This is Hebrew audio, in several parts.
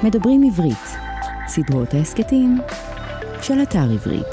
מדברים עברית, סדרות ההסקטים של אתר עברית.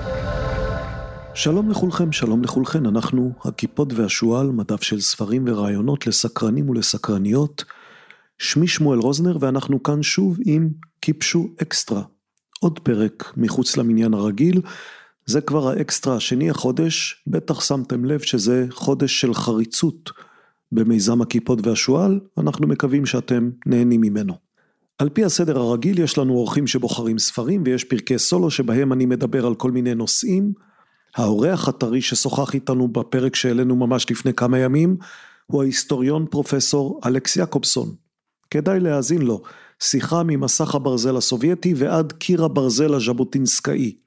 שלום לכולכם, שלום לכולכן, אנחנו הכיפות והשואל, מדף של ספרים ורעיונות לסקרנים ולסקרניות. שמי שמואל רוזנר ואנחנו כאן שוב עם קיפשו אקסטרה. עוד פרק מחוץ למניין הרגיל, זה כבר האקסטרה השני החודש, בטח שמתם לב שזה חודש של חריצות במיזם הכיפות והשואל, אנחנו מקווים שאתם נהנים ממנו. על פי הסדר הרגיל יש לנו אורחים שבוחרים ספרים ויש פרקי סולו שבהם אני מדבר על כל מיני נושאים. האורח הטרי ששוחח איתנו בפרק שהעלינו ממש לפני כמה ימים, הוא ההיסטוריון פרופסור אלכס יעקובסון. כדאי להאזין לו, שיחה ממסך הברזל הסובייטי ועד קיר הברזל הז'בוטינסקאי.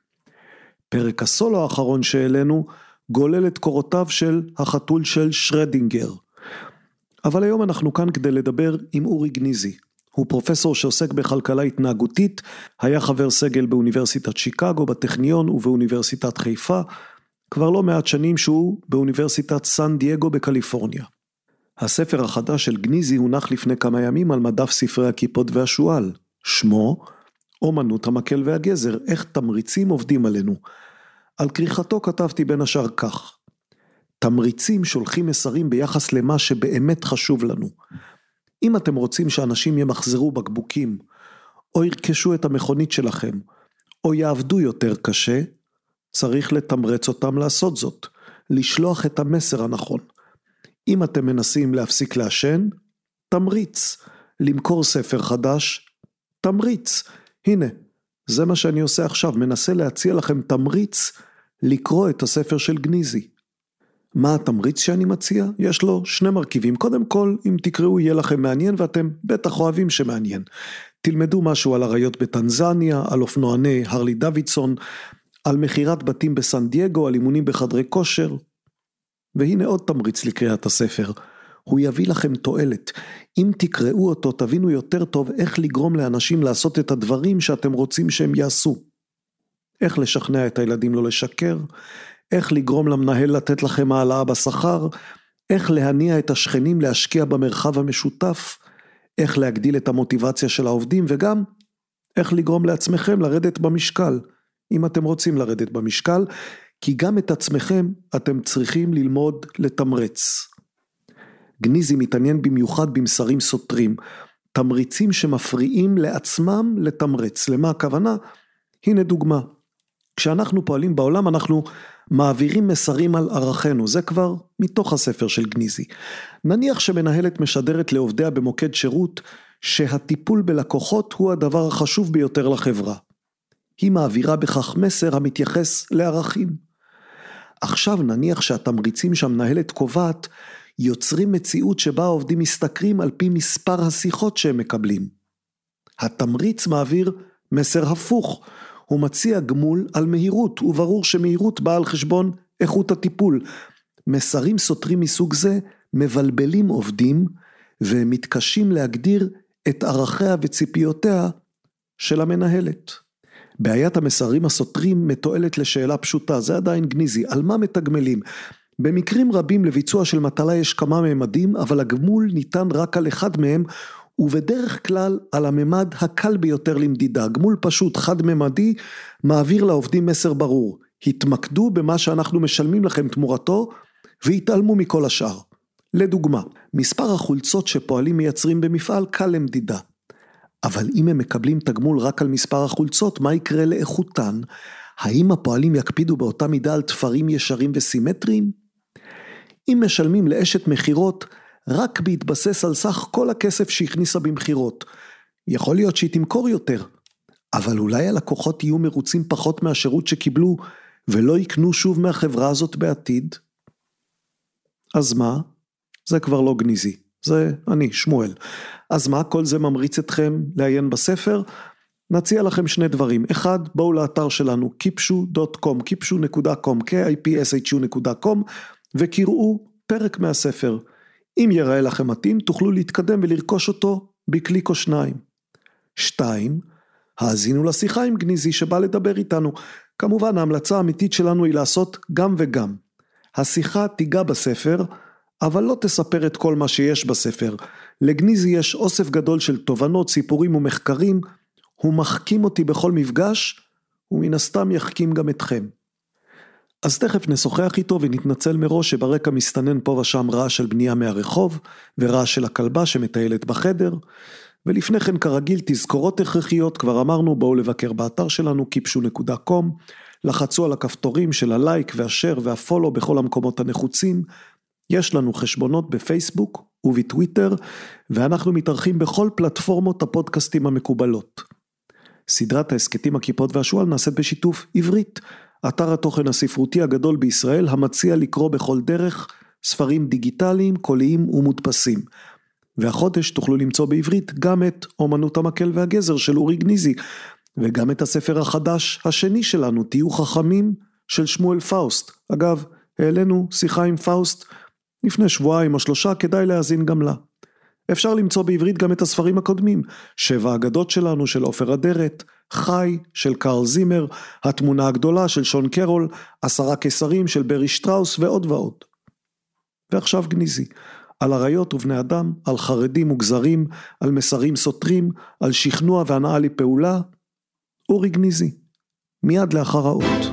פרק הסולו האחרון שהעלינו גולל את קורותיו של החתול של שרדינגר. אבל היום אנחנו כאן כדי לדבר עם אורי גניזי. הוא פרופסור שעוסק בכלכלה התנהגותית, היה חבר סגל באוניברסיטת שיקגו, בטכניון ובאוניברסיטת חיפה, כבר לא מעט שנים שהוא באוניברסיטת סן דייגו בקליפורניה. הספר החדש של גניזי הונח לפני כמה ימים על מדף ספרי הכיפות והשואל, שמו אומנות המקל והגזר, איך תמריצים עובדים עלינו. על כריכתו כתבתי בין השאר כך, תמריצים שולחים מסרים ביחס למה שבאמת חשוב לנו. אם אתם רוצים שאנשים ימחזרו בקבוקים, או ירכשו את המכונית שלכם, או יעבדו יותר קשה, צריך לתמרץ אותם לעשות זאת, לשלוח את המסר הנכון. אם אתם מנסים להפסיק לעשן, תמריץ, למכור ספר חדש, תמריץ. הנה, זה מה שאני עושה עכשיו, מנסה להציע לכם תמריץ לקרוא את הספר של גניזי. מה התמריץ שאני מציע? יש לו שני מרכיבים. קודם כל, אם תקראו יהיה לכם מעניין ואתם בטח אוהבים שמעניין. תלמדו משהו על אריות בטנזניה, על אופנועני הרלי דוידסון, על מחירת בתים בסן דייגו, על אימונים בחדרי כושר. והנה עוד תמריץ לקריאת הספר. הוא יביא לכם תועלת. אם תקראו אותו תבינו יותר טוב איך לגרום לאנשים לעשות את הדברים שאתם רוצים שהם יעשו. איך לשכנע את הילדים לא לשקר, איך לגרום למנהל לתת לכם העלאה בשכר, איך להניע את השכנים להשקיע במרחב המשותף, איך להגדיל את המוטיבציה של העובדים, וגם איך לגרום לעצמכם לרדת במשקל, אם אתם רוצים לרדת במשקל, כי גם את עצמכם אתם צריכים ללמוד לתמרץ. גניזי מתעניין במיוחד במסרים סותרים, תמריצים שמפריעים לעצמם לתמרץ. למה הכוונה? הנה דוגמה. כשאנחנו פועלים בעולם אנחנו מעבירים מסרים על ערכינו, זה כבר מתוך הספר של גניזי. נניח שמנהלת משדרת לעובדיה במוקד שירות שהטיפול בלקוחות הוא הדבר החשוב ביותר לחברה. היא מעבירה בכך מסר המתייחס לערכים. עכשיו נניח שהתמריצים שהמנהלת קובעת יוצרים מציאות שבה העובדים מסתכרים על פי מספר השיחות שהם מקבלים. התמריץ מעביר מסר הפוך, הוא מציע גמול על מהירות, וברור שמהירות באה על חשבון איכות הטיפול. מסרים סותרים מסוג זה מבלבלים עובדים, והם מתקשים להגדיר את ערכיה וציפיותיה של המנהלת. בעיית המסרים הסותרים מתועלת לשאלה פשוטה, זה עדיין גניזי, על מה מתגמלים? במקרים רבים לביצוע של מטלה יש כמה ממדים, אבל הגמול ניתן רק על אחד מהם, ובדרך כלל על הממד הקל ביותר למדידה. גמול פשוט חד-ממדי מעביר לעובדים מסר ברור. התמקדו במה שאנחנו משלמים לכם תמורתו והתעלמו מכל השאר. לדוגמה, מספר החולצות שפועלים מייצרים במפעל קל למדידה. אבל אם הם מקבלים תגמול רק על מספר החולצות, מה יקרה לאיכותן? האם הפועלים יקפידו באותה מידה על תפרים ישרים וסימטריים? אם משלמים לאשת מחירות רק בהתבסס על סך כל הכסף שהכניסה במחירות. יכול להיות שהיא תמכור יותר, אבל אולי הלקוחות יהיו מרוצים פחות מהשירות שקיבלו, ולא יקנו שוב מהחברה הזאת בעתיד. אז מה? זה כבר לא גניזי, זה אני, שמואל. אז מה, כל זה ממריץ אתכם לעיין בספר? נציע לכם שני דברים. אחד, בואו לאתר שלנו, kipshu.com, kipshu.com, kipshu.com, וקראו פרק מהספר. אם יראה לכם מתאים, תוכלו להתקדם ולרכוש אותו בקליק או שניים. 2. האזינו לשיחה עם גניזי שבא לדבר איתנו. כמובן, ההמלצה האמיתית שלנו היא לעשות גם וגם. השיחה תיגע בספר, אבל לא תספר את כל מה שיש בספר. לגניזי יש אוסף גדול של תובנות, סיפורים ומחקרים, הוא מחכים אותי בכל מפגש, ומן הסתם יחכים גם אתכם. אז תכף נשוחח איתו ונתנצל מראש שברקע מסתנן פה ושם רעש של בנייה מהרחוב, ורעש של הכלבה שמטיילת בחדר, ולפני כן כרגיל תזכורות הכרחיות, כבר אמרנו בואו לבקר באתר שלנו kipshu.com, לחצו על הכפתורים של הלייק והשאר והפולו בכל המקומות הנחוצים, יש לנו חשבונות בפייסבוק ובטוויטר, ואנחנו מתארחים בכל פלטפורמות הפודקאסטים המקובלות. סדרת ההסקטים הכיפות והשואל נעשית בשיתוף עברית, אתר התוכן הספרותי הגדול בישראל, המציע לקרוא בכל דרך ספרים דיגיטליים, קוליים ומודפסים. והחודש תוכלו למצוא בעברית גם את אומנות המקל והגזר של אורי גניזי, וגם את הספר החדש השני שלנו, תהיו חכמים של שמואל פאוסט. אגב, העלינו שיחה עם פאוסט לפני שבועיים או 3, כדאי להאזין גם לה. אפשר למצוא בעברית גם את הספרים הקודמים, 7 אגדות שלנו של עופר אדרת, חי של קרל זימר, התמונה הגדולה של שון קרול, 10 קיסרים של ברי שטראוס ועוד ועוד. ועכשיו גניזי, על עריות ובני אדם, על חרדים וגזרים, על מסרים סותרים, על שכנוע והנאה לפעולה, אורי גניזי, מיד לאחר האות.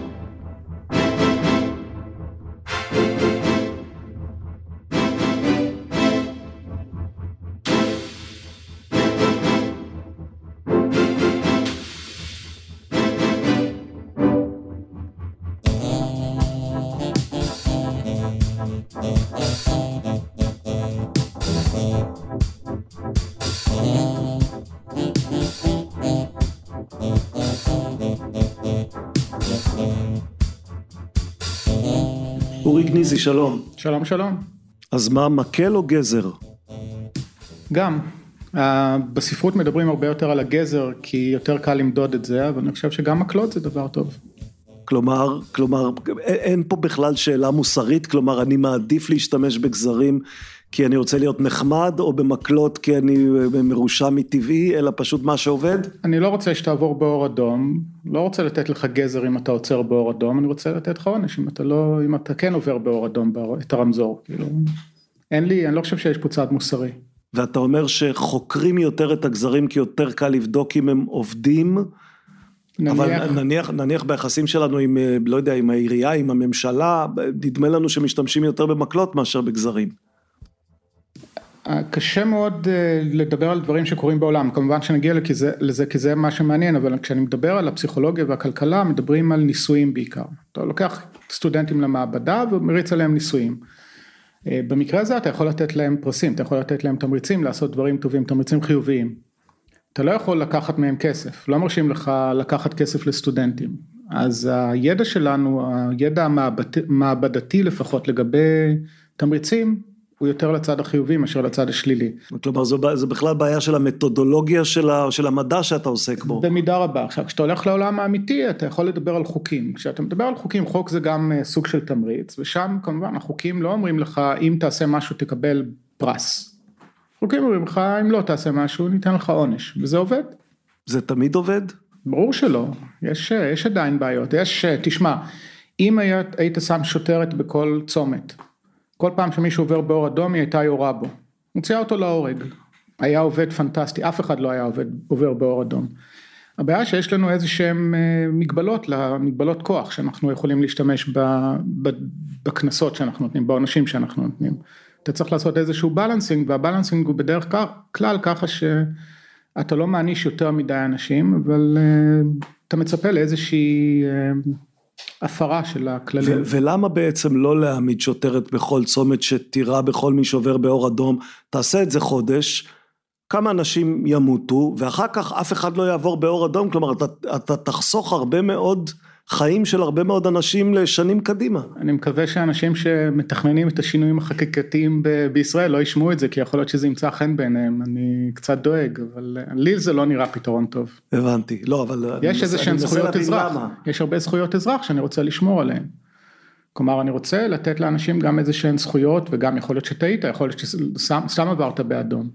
אורי גניזי, שלום. שלום, שלום. אז מה, מקל או גזר? גם. בספרות מדברים הרבה יותר על הגזר, כי יותר קל למדוד את זה, אבל אני חושב שגם מקלות זה דבר טוב. כלומר, אין פה בכלל שאלה מוסרית, כלומר, אני מעדיף להשתמש בגזרים, כי אני רוצה להיות נחמד, או במקלות כי אני מרושע מטבעי, אלא פשוט מה שעובד? אני לא רוצה שתעבור באור אדום, לא רוצה לתת לך גזר אם אתה עוצר באור אדום, אני רוצה לתת לך עונש אם אתה כן עובר באור אדום, את הרמזור, כאילו, אני לא חושב שיש פה צעד מוסרי. ואתה אומר שחוקרים יותר את הגזרים, כי יותר קל לבדוק אם הם עובדים, אבל נניח ביחסים שלנו עם, לא יודע, עם העירייה, עם הממשלה, נדמה לנו שמשתמשים יותר במקלות מאשר בגזרים. קשה מאוד לדבר על דברים שקורים בעולם, כמובן שנגיע לזה כי זה מה שמעניין, אבל כשאני מדבר על הפסיכולוגיה והכלכלה, מדברים על ניסויים בעיקר. אתה לוקח סטודנטים למעבדה ומריץ עליהם ניסויים. במקרה הזה אתה יכול לתת להם פרסים, אתה יכול לתת להם תמריצים לעשות דברים טובים, תמריצים חיוביים. אתה לא יכול לקחת מהם כסף, לא מרשים לך לקחת כסף לסטודנטים. אז הידע שלנו, הידע המעבדתי לפחות לגבי תמריצים, הוא יותר לצד החיובי מאשר לצד השלילי. כלומר, זו בכלל בעיה של המתודולוגיה של המדע שאתה עוסק בו. במידה רבה. עכשיו, כשאתה הולך לעולם האמיתי, אתה יכול לדבר על חוקים. כשאתה מדבר על חוקים, חוק זה גם סוג של תמריץ, ושם כמובן החוקים לא אומרים לך, אם תעשה משהו תקבל פרס. חוקים אומרים לך, אם לא תעשה משהו, ניתן לך עונש, וזה עובד. זה תמיד עובד? ברור שלא. יש עדיין בעיות. תשמע, אם היית שם שוטרת בכל צומת, כל פעם שמישהו עובר באור אדום, היא הייתה יורה בו. מוציאה אותו להורג. היה עובד פנטסטי, אף אחד לא היה עובר באור אדום. הבעיה שיש לנו איזשהם מגבלות כוח, שאנחנו יכולים להשתמש בכנסות שאנחנו נותנים, בעונשים שאנחנו נותנים. אתה צריך לעשות איזשהו בלנסינג, והבלנסינג הוא בדרך כלל ככה שאתה לא מעניש יותר מדי אנשים, אבל אתה מצפה לאיזושהי הפרה של הכללים. ולמה בעצם לא להעמיד שוטרת בכל צומת שתירה בכל מי שעובר באור אדום, תעשה את זה חודש, כמה אנשים ימותו, ואחר כך אף אחד לא יעבור באור אדום, כלומר אתה תחסוך הרבה מאוד חיים של הרבה מאוד אנשים לשנים קדימה. אני מקווה שאנשים שמתכננים את השינויים החקיקתיים בישראל לא ישמעו את זה, כי יכול להיות שזה ימצא חן בעיניהם, אני קצת דואג, אבל לי זה לא נראה פתרון טוב. הבנתי, לא, אבל יש איזשהן זכויות אזרח, יש הרבה זכויות אזרח שאני רוצה לשמור עליהן. כלומר, אני רוצה לתת לאנשים גם איזשהן זכויות, וגם יכול להיות שטעית, יכול להיות שסתם עברת באדום.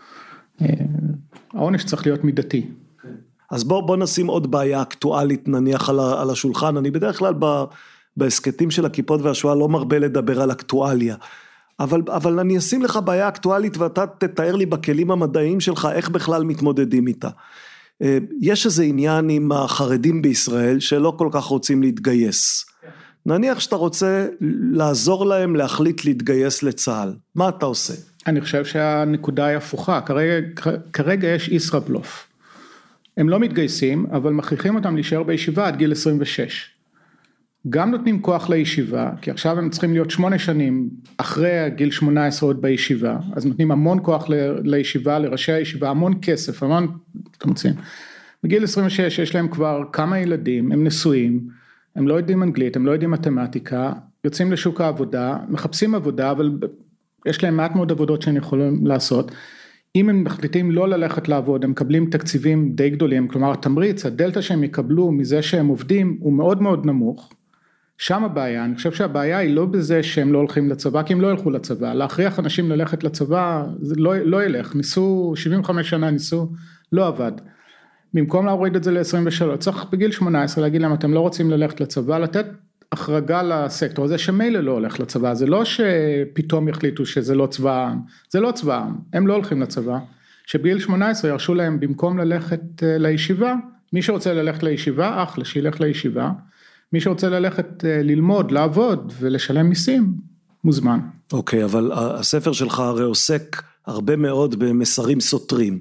העונש צריך להיות מידתי. אז בוא נשים עוד בעיה אקטואלית נניח על השולחן, אני בדרך כלל בהסקטים של הכיפות והשואה לא מרבה לדבר על אקטואליה, אבל אני אשים לך בעיה אקטואלית, ואתה תתאר לי בכלים המדעיים שלך, איך בכלל מתמודדים איתה. יש איזה עניין עם החרדים בישראל, שלא כל כך רוצים להתגייס. נניח שאתה רוצה לעזור להם להחליט להתגייס לצה"ל. מה אתה עושה? אני חושב שהנקודה היא הפוכה. כרגע יש ישראבלוף. הם לא מתגייסים, אבל מכריחים אותם להישאר בישיבה עד גיל 26. גם נותנים כוח לישיבה, כי עכשיו הם צריכים להיות 8 שנים אחרי גיל 18 עוד בישיבה, אז נותנים המון כוח לישיבה, לראשי הישיבה, המון כסף, המון תמצאים. בגיל 26 יש להם כבר כמה ילדים, הם נשואים, הם לא יודעים אנגלית, הם לא יודעים מתמטיקה, יוצאים לשוק העבודה, מחפשים עבודה, אבל יש להם מעט מאוד עבודות שהם יכולים לעשות. אם הם מחליטים לא ללכת לעבוד, הם מקבלים תקציבים די גדולים, כלומר התמריץ, הדלטה שהם יקבלו מזה שהם עובדים, הוא מאוד מאוד נמוך. שם הבעיה, אני חושב שהבעיה היא לא בזה שהם לא הולכים לצבא, כי הם לא ילכו לצבא, להכריח אנשים ללכת לצבא, זה לא ילך, ניסו, 75 שנה ניסו, לא עבד. במקום להוריד את זה ל-23, צריך בגיל 18 להגיד להם, אתם לא רוצים ללכת לצבא, לתת החרגה לסקטור הזה, שמילא לא הולך לצבא, זה לא שפתאום יחליטו שזה לא צבא העם, זה לא צבא העם, הם לא הולכים לצבא, שבגיל 18 ירשו להם במקום ללכת לישיבה, מי שרוצה ללכת לישיבה, אחלה, שילך לישיבה, מי שרוצה ללכת ללמוד, לעבוד ולשלם מיסים, מוזמן. אוקיי, אבל הספר שלך הרי עוסק הרבה מאוד במסרים סותרים,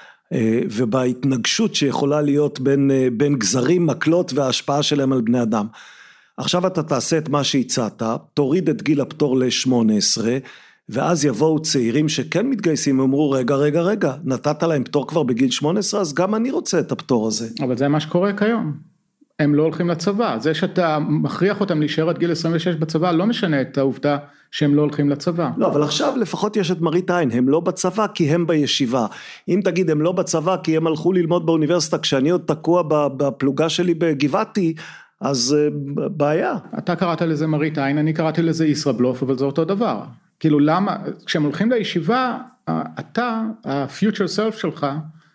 ובהתנגשות שיכולה להיות בין גזרים, מקלות וההשפעה שלהם על בני אדם. עכשיו אתה תעשה את מה שהצעת, תוריד את גיל הפטור ל-18, ואז יבואו צעירים שכן מתגייסים, ואומרו רגע, נתת להם פטור כבר בגיל 18, אז גם אני רוצה את הפטור הזה. אבל זה מה שקורה כיום. הם לא הולכים לצבא, זה שאתה מכריח אותם להישאר עד גיל 26 בצבא, לא משנה את העובדה שהם לא הולכים לצבא. לא, אבל עכשיו לפחות יש את מראית עין, הם לא בצבא כי הם בישיבה. אם תגיד הם לא בצבא כי הם הלכו ללמוד באוניברסיטה, כשאני עוד תקוע בפלוגה שלי בגבעתי, אז בעיה. אתה קראת לזה מראית עין, אני קראתי לזה ישראבלוף, אבל זה אותו דבר. כאילו למה, כשהם הולכים לישיבה, אתה, ה-future self שלך,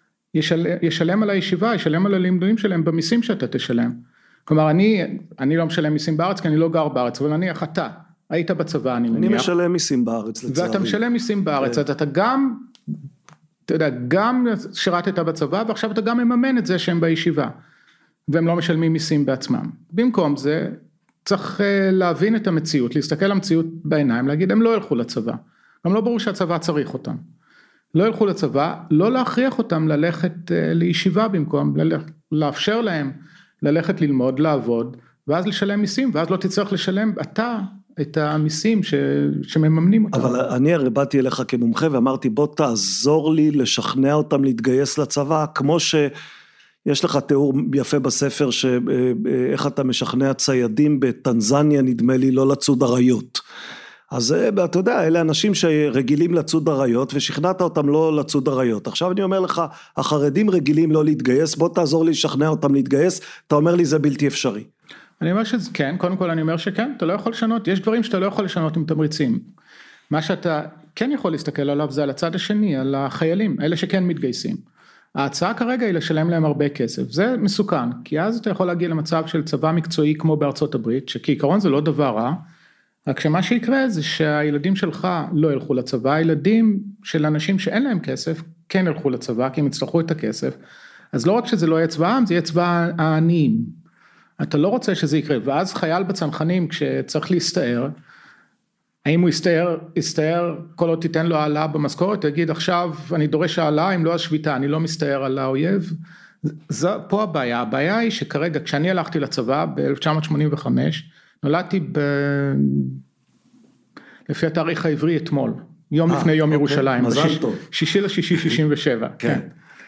ישלם על הישיבה, ישלם על הלימודים שלהם במיסים שאתה תשלם. כלומר, אני לא משלם מיסים בארץ, כי אני לא גר בארץ, אבל נניח אתה, היית בצבא, אני מניח. אני משלם מיסים בארץ, לצערי. ואתה משלם מיסים בארץ, אז אתה גם, אתה יודע, גם שירתת בצבא, ועכשיו אתה גם מממן את זה שהם בישיבה, והם לא משלמים מיסים בעצמם. במקום זה, צריך להבין את המציאות, להסתכל על המציאות בעיניים, להגיד, הם לא ילכו לצבא. גם לא ברור שהצבא צריך אותם. לא ילכו לצבא, לא להכריח אותם ללכת לישיבה במקום, לאפשר להם ללכת ללמוד, לעבוד, ואז לשלם מיסים, ואז לא תצטרך לשלם אתה את המיסים שמממנים אותם. אבל אני הרי באתי אליך כמומחה ואמרתי, בוא תעזור לי לשכנע אותם להתגייס לצבא, כמו שיש לך תיאור יפה בספר, איך אתה משכנע ציידים בטנזניה, נדמה לי, לא לצוד אריות. אז אתה יודע, אלה אנשים שרגילים לצוד אריות, ושכנעת אותם לא לצוד אריות. עכשיו אני אומר לך, החרדים רגילים לא להתגייס, בוא תעזור לי לשכנע אותם להתגייס, אתה אומר לי זה בלתי אפשרי. אני אומר שכן, קודם כל אני אומר שכן, אתה לא יכול לשנות, יש דברים שאתה לא יכול לשנות עם תמריצים. מה שאתה כן יכול להסתכל עליו זה על הצד השני, על החיילים, אלה שכן מתגייסים. ההצעה כרגע היא לשלם להם הרבה כסף, זה מסוכן, כי אז אתה יכול להגיע למצב של צבא מקצועי כמו בארצות הברית, שכעיקרון זה לא דבר רע, רק שמה שיקרה זה שהילדים שלך לא ילכו לצבא, הילדים של אנשים שאין להם כסף, כן ילכו לצבא, כי הם יצטרכו את הכסף, אז לא רק שזה לא יהיה צבא העם, זה יהיה צבא העניים, אתה לא רוצה שזה יקרה, ואז חייל בצנחנים כשצריך להסתער, האם הוא יסתער, כל עוד תיתן לו העלאה במשכורת, תגיד עכשיו אני דורש העלאה, אם לא השביתה, אני לא מסתער על האויב, פה הבעיה היא שכרגע כשאני הלכתי לצבא ב-1985, נולדתי לפי התאריך העברי אתמול, יום לפני יום ירושלים, מזל טוב. 6/6/67, כן.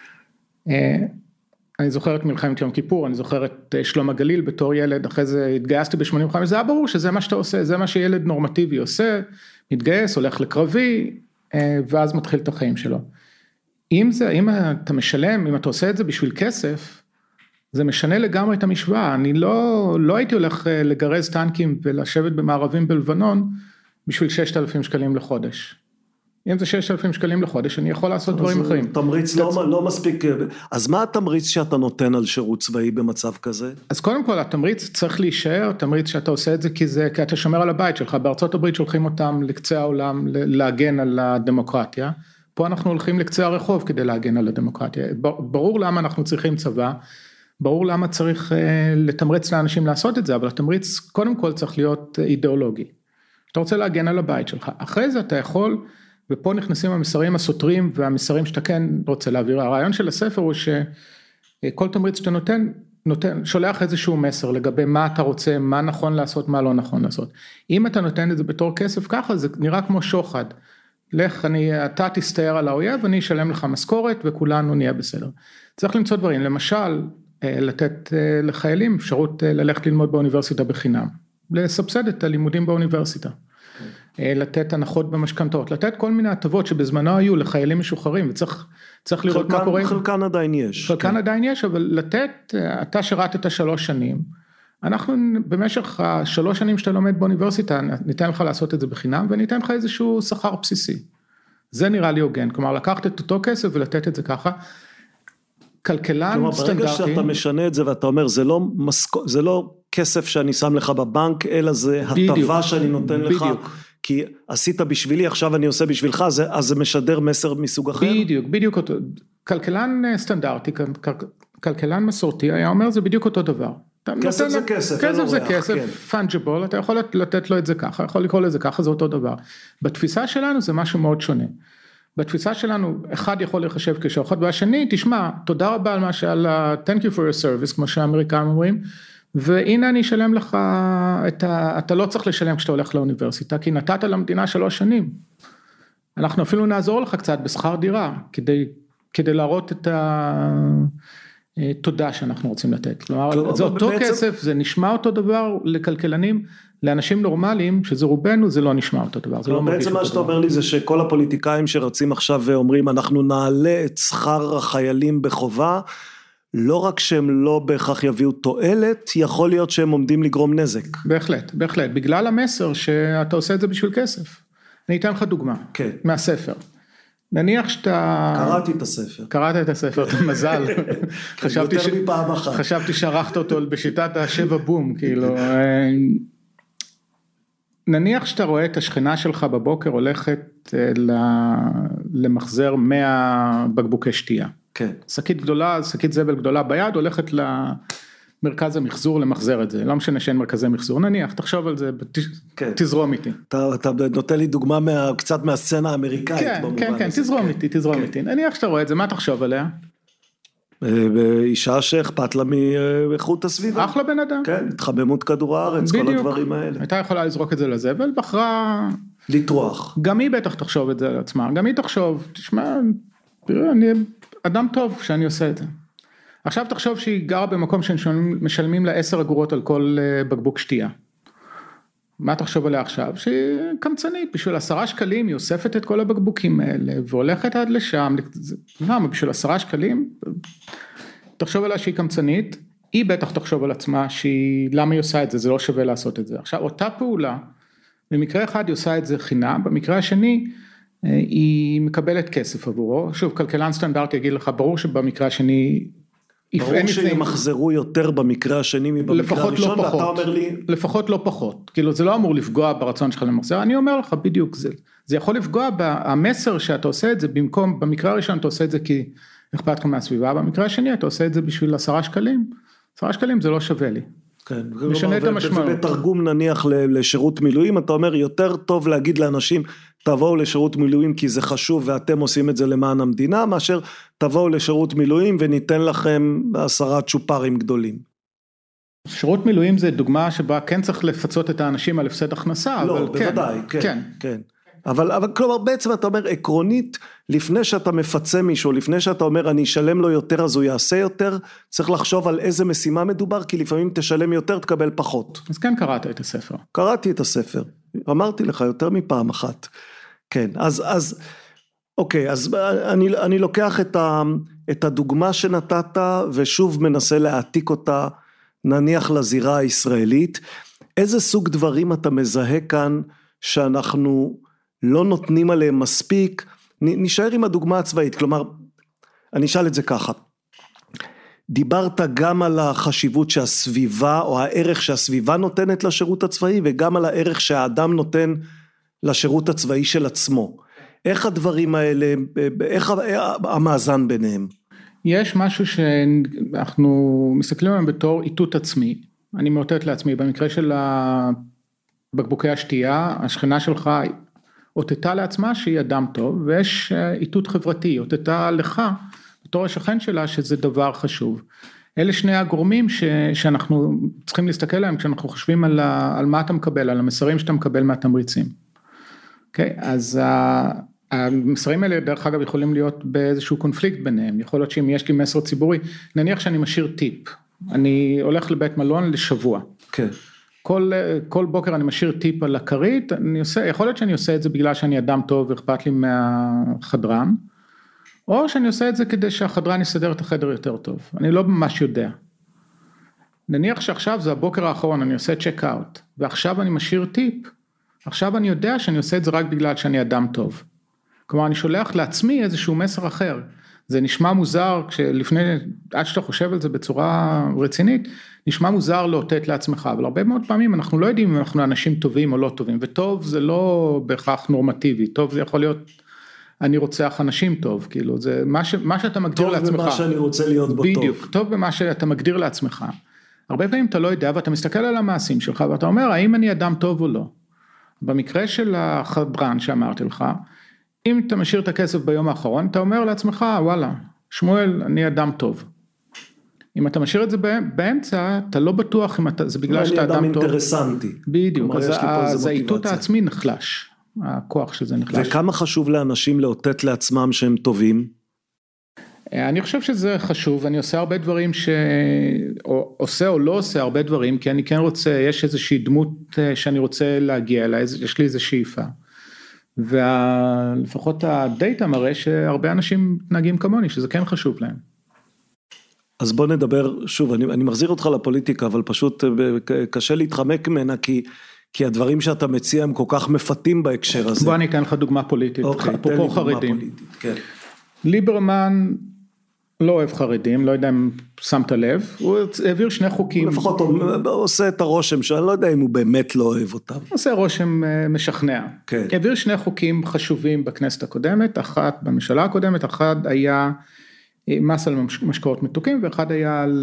אני זוכר את מלחמת יום כיפור, אני זוכר את שלום הגליל בתור ילד, אחרי זה התגייסתי ב-85, זה היה ברור שזה מה שאתה עושה, זה מה שילד נורמטיבי עושה, מתגייס, הולך לקרבי, ואז מתחיל את החיים שלו. אם אתה משלם, אם אתה עושה את זה בשביל כסף, זה משנה לגמרי את המשוואה, אני לא הייתי הולך לגרז טנקים ולשבת במערבים בלבנון, בשביל 6,000 שקלים לחודש. אם זה 6,000 שקלים לחודש, אני יכול לעשות דברים אחרים. תמריץ לא מספיק, אז מה התמריץ שאתה נותן על שירות צבאי במצב כזה? אז קודם כל, התמריץ צריך להישאר, תמריץ שאתה עושה את זה כי אתה שומר על הבית שלך, בארצות הברית שולחים אותם לקצה העולם להגן על הדמוקרטיה, פה אנחנו הולכים לקצה הרחוב כדי להגן על הדמוקרטיה, ברור למה אנחנו צריכים צבא, ברור למה צריך לתמרץ לאנשים לעשות את זה, אבל התמריץ קודם כל צריך להיות אידיאולוגי, אתה רוצה להגן על הבית שלך, אחרי זה אתה יכול, ופה נכנסים המסרים הסותרים והמסרים שאתה כן רוצה להעביר, הרעיון של הספר הוא שכל תמריץ שאתה נותן, שולח איזשהו מסר לגבי מה אתה רוצה, מה נכון לעשות, מה לא נכון לעשות, אם אתה נותן את זה בתור כסף ככה, זה נראה כמו שוחד, לך, אתה תסתער על האויב, אני אשלם לך משכורת וכולנו נהיה בסדר. צריך למצוא דברים, למשל, לתת לחיילים אפשרות ללכת ללמוד באוניברסיטה בחינם, לסבסד את הלימודים באוניברסיטה, לתת הנחות במשכנתות, לתת כל מיני הטבות שבזמנו היו לחיילים משוחררים, וצריך לראות מה קורה. חלקן עדיין יש. חלקן עדיין יש, אבל לתת, אתה שירתת 3 שנים, אנחנו במשך 3 שנים שאתה לומד באוניברסיטה, ניתן לך לעשות את זה בחינם, וניתן לך איזשהו שכר בסיסי. זה נראה לי הוגן, כלומר לקחת את אותו כסף ולתת את זה ככה, כלכלן סטנדרטי. ברגע שאתה משנה את זה ואתה אומר, זה לא כסף שאני שם לך בבנק, אלא זה הטבה שאני נותן לך, כי עשית בשבילי, עכשיו אני עושה בשבילך, אז זה משדר מסר מסוג אחר? בדיוק אותו. כלכלן סטנדרטי, כלכלן מסורתי, היה אומר, זה בדיוק אותו דבר. כסף זה כסף, כסף זה כסף, fungible, אתה יכול לתת לו את זה ככה, יכול לקרוא לזה ככה, זה אותו דבר. בתפיסה שלנו זה משהו מאוד שונה. בתפיסה שלנו, אחד יכול לחשב כשוחד, והשני, תשמע, תודה רבה על מה שעלה, thank you for your service, כמו שהאמריקאים אומרים, והנה אני אשלם לך, אתה לא צריך לשלם כשאתה הולך לאוניברסיטה, כי נתת למדינה 3 שנים. אנחנו אפילו נעזור לך קצת בשכר דירה, כדי להראות את תודה שאנחנו רוצים לתת. כלומר, זה אותו כסף, זה נשמע אותו דבר לכלכלנים, לאנשים נורמליים, שזה רובנו, זה לא נשמע אותו דבר. בעצם מה שאתה אומר לי זה שכל הפוליטיקאים שרצים עכשיו ואומרים, אנחנו נעלה את שכר החיילים בחובה, לא רק שהם לא בהכרח יביאו תועלת, יכול להיות שהם עומדים לגרום נזק. בהחלט, בהחלט. בגלל המסר שאתה עושה את זה בשביל כסף. אני אתן לך דוגמה, מהספר. נניח שאתה... קראתי את הספר. קראת את הספר, מזל. יותר מפעם אחת. חשבתי שערכת אותו בשיטת ה7 בום, כאילו. נניח שאתה רואה את השכנה שלך בבוקר הולכת למחזר 100 בקבוקי שתייה. כן. שקית גדולה, שקית זבל גדולה ביד, הולכת למרכז המחזור למחזר את זה. לא משנה שאין מרכזי מחזור, נניח, תחשוב על זה, תזרום איתי. אתה נותן לי דוגמה קצת מהסצנה האמריקאית. כן, תזרום איתי. נניח שאתה רואה את זה, מה תחשוב עליה? אישה שאכפת לה מאיכות הסביבה. אחלה בן אדם. כן, התחממות כדור הארץ, כל הדברים האלה. הייתה יכולה לזרוק את זה לזבל, בחרה... לטרוח. גם היא בטח תחשוב את זה על עצמה, גם היא תחשוב, תשמע, אני אדם טוב שאני עושה את זה. עכשיו תחשוב שהיא גרה במקום שמשלמים לה 10 אגורות על כל בקבוק שתייה. מה תחשוב עליה עכשיו? שהיא קמצנית, בשביל 10 שקלים היא אוספת את כל הבקבוקים האלה, והולכת עד לשם, למה? בשביל 10 שקלים, תחשוב עליה שהיא קמצנית, היא בטח תחשוב על עצמה, למה היא עושה את זה, זה לא שווה לעשות את זה. עכשיו, אותה פעולה, במקרה אחד היא עושה את זה חינם, במקרה השני, היא מקבלת כסף עבורו, שוב, כלכלן סטנדרטי יגיד לך, ברור שבמקרה השני, ברור שהם מחזרו יותר במקרה השני מבמקרה הראשון, ואתה אומר לי... לפחות לא פחות, כאילו זה לא אמור לפגוע ברצון שלך למחזר, אני אומר לך בדיוק, זה יכול לפגוע במסר שאתה עושה את זה, במקום, במקרה הראשון אתה עושה את זה כי אכפת לך מהסביבה, במקרה השני אתה עושה את זה בשביל 10 שקלים, 10 שקלים זה לא שווה לי. כן, ובתרגום נניח לשירות מילואים, אתה אומר יותר טוב להגיד לאנשים, תבואו לשירות מילואים כי זה חשוב ואתם עושים את זה למען המדינה, מאשר תבואו לשירות מילואים וניתן לכם 10 צ'ופרים גדולים. שירות מילואים זה דוגמה שבה כן צריך לפצות את האנשים על הפסד הכנסה, לא, אבל בוודאי, כן. אבל כלומר בעצם אתה אומר עקרונית, לפני שאתה מפצה מישהו, לפני שאתה אומר אני אשלם לו יותר אז הוא יעשה יותר, צריך לחשוב על איזה משימה מדובר, כי לפעמים תשלם יותר תקבל פחות. אז כן קראת את הספר. קראתי את הספר, אמרתי לך יותר מפעם אחת. כן, אז אוקיי, אז אני לוקח את הדוגמה שנתת ושוב מנסה להעתיק אותה נניח לזירה הישראלית, איזה סוג דברים אתה מזהה כאן שאנחנו לא נותנים עליהם מספיק, נשאר עם הדוגמה הצבאית, כלומר, אני אשאל את זה ככה, דיברת גם על החשיבות שהסביבה, או הערך שהסביבה נותנת לשירות הצבאי, וגם על הערך שהאדם נותן לשירות הצבאי של עצמו. איך הדברים האלה, איך המאזן ביניהם? יש משהו שאנחנו מסתכלים עליהם בתור איתות עצמי, אני מאותת לעצמי, במקרה של בקבוקי השתייה, השכנה שלך אותתה לעצמה שהיא אדם טוב, ויש איתות חברתי, אותתה לך, בתור השכן שלה שזה דבר חשוב. אלה שני הגורמים שאנחנו צריכים להסתכל עליהם, כשאנחנו חושבים על מה אתה מקבל, על המסרים שאתה מקבל מהתמריצים. אוקיי? אז המסרים האלה דרך אגב יכולים להיות באיזשהו קונפליקט ביניהם, יכול להיות שאם יש לי מסר ציבורי, נניח שאני משאיר טיפ, אני הולך לבית מלון לשבוע. כן. כל בוקר אני משאיר טיפ על הכרית, יכול להיות שאני עושה את זה בגלל שאני אדם טוב ואכפת לי מהחדרן, או שאני עושה את זה כדי שהחדרן יסדר את החדר יותר טוב, אני לא ממש יודע. נניח שעכשיו זה הבוקר האחרון, אני עושה צ'ק אאוט, ועכשיו אני משאיר טיפ, עכשיו אני יודע שאני עושה את זה רק בגלל שאני אדם טוב. כלומר אני שולח לעצמי איזשהו מסר אחר, זה נשמע מוזר, עד שאתה חושב על זה בצורה רצינית, נשמע מוזר לאותת לעצמך, אבל הרבה מאוד פעמים אנחנו לא יודעים אם אנחנו אנשים טובים או לא טובים, וטוב זה לא בהכרח נורמטיבי, טוב זה יכול להיות, אני רוצח אנשים טוב, כאילו, זה מה שאתה מגדיר טוב לעצמך. טוב במה שאני רוצה להיות בו טוב. בדיוק, טוב במה שאתה מגדיר לעצמך. הרבה פעמים אתה לא יודע, ואתה מסתכל על המעשים שלך, ואתה אומר, האם אני אדם טוב או לא? במקרה של החדרן שאמרתי לך, אם אתה משאיר את הכסף ביום האחרון, אתה אומר לעצמך, וואלה, שמואל, אני אדם טוב. אם אתה משאיר את זה באמצע, אתה לא בטוח אם זה בגלל שאתה אדם טוב. אני אדם אינטרסנטי. בדיוק, אז האיתות העצמי נחלש, הכוח של זה נחלש. וכמה חשוב לאנשים לאותת לעצמם שהם טובים? אני חושב שזה חשוב, אני עושה הרבה דברים עושה או לא עושה הרבה דברים, כי אני כן רוצה, יש איזושהי דמות שאני רוצה להגיע אליה, יש לי איזו שאיפה. ולפחות הדאטה מראה שהרבה אנשים מתנהגים כמוני, שזה כן חשוב להם. אז בוא נדבר, שוב, אני מחזיר אותך לפוליטיקה, אבל פשוט קשה להתחמק ממנה, כי הדברים שאתה מציע הם כל כך מפתים בהקשר הזה. בוא אני אתן לך דוגמה פוליטית, אפרופו חרדים. כן. ליברמן לא אוהב חרדים, לא יודע אם שמת לב, הוא העביר שני חוקים. לפחות הוא עושה את הרושם, שאני לא יודע אם הוא באמת לא אוהב אותם. עושה רושם משכנע. כן. העביר שני חוקים חשובים בכנסת הקודמת, אחת בממשלה הקודמת, אחד היה מס על משקאות מתוקים, ואחד היה על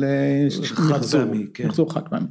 מחזור חד פעמי.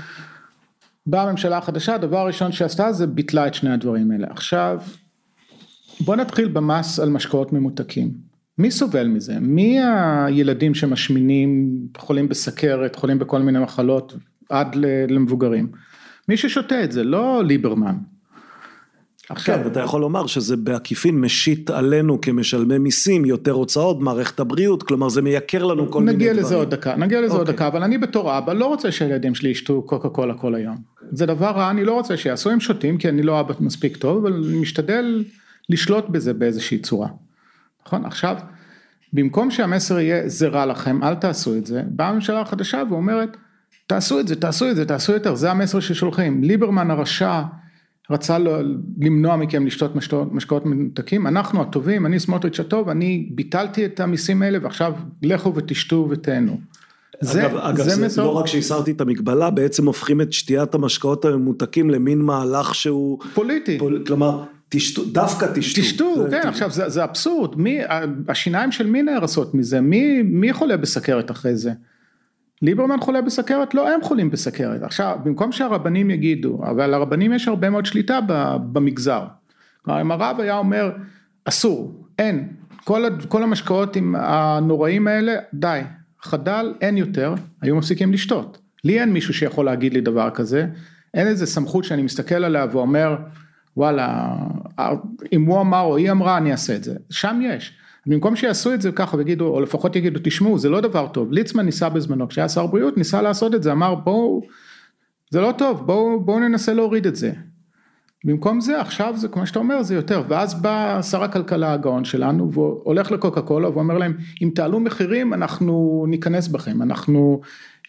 באה הממשלה החדשה, הדבר הראשון שעשתה זה ביטלה את שני הדברים האלה. עכשיו, בוא נתחיל במס על משקאות ממותקים. מי סובל מזה? מי הילדים שמשמינים, חולים בסכרת, חולים בכל מיני מחלות, עד למבוגרים? מי ששותה את זה, לא ליברמן. עכשיו, כן, אתה יכול לומר שזה בעקיפין משית עלינו כמשלמי מיסים, יותר הוצאות, מערכת הבריאות, כלומר זה מייקר לנו כל מיני דברים. נגיע לזה עוד דקה, אבל אני בתור אבא לא רוצה שהילדים שלי ישתו קוקה קולה כל היום. זה דבר רע, אני לא רוצה שיעשו עם שותים, כי אני לא אבא מספיק טוב, אבל אני משתדל לשלוט בזה באיזושהי צורה. נכון? עכשיו, במקום שהמסר יהיה זה רע לכם, אל תעשו את זה, באה הממשלה החדשה ואומרת, תעשו את זה, תעשו את זה, תעשו יותר, זה המסר ששולחים. ליברמן הרשע רצה למנוע מכם לשתות משקאות ממותקים, אנחנו הטובים, אני סמוטריץ' הטוב, אני ביטלתי את המיסים האלה, ועכשיו לכו ותשתו ותהנו. אגב, זה לא רק שהסרתי את המגבלה, בעצם הופכים את שתיית המשקאות הממותקים למין מהלך שהוא פוליטי. כלומר, דווקא תשתו. כן, עכשיו זה אבסורד, השיניים של מי נהרסות מזה, מי חולה בסכרת אחרי זה? ליברמן חולה בסכרת? לא, הם חולים בסכרת. עכשיו, במקום שהרבנים יגידו, אבל לרבנים יש הרבה מאוד שליטה במגזר. כלומר, אם הרב היה אומר, אסור, אין, כל המשקאות הנוראים האלה, די, חדל, אין יותר, היו מפסיקים לשתות. לי אין מישהו שיכול להגיד לי דבר כזה, אין איזה סמכות שאני מסתכל עליה ואומר, וואלה, אם הוא אמר או היא אמרה, אני אעשה את זה. שם יש. במקום שיעשו את זה ככה ויגידו, או לפחות יגידו, תשמעו, זה לא דבר טוב. ליצמן ניסה בזמנו, כשהיה שר בריאות, ניסה לעשות את זה, אמר, בואו, זה לא טוב, בואו ננסה להוריד את זה. במקום זה, עכשיו זה, כמו שאתה אומר, זה יותר, ואז בא שר הכלכלה הגאון שלנו, והוא הולך לקוקה קולה, ואומר להם, אם תעלו מחירים, אנחנו ניכנס בכם, אנחנו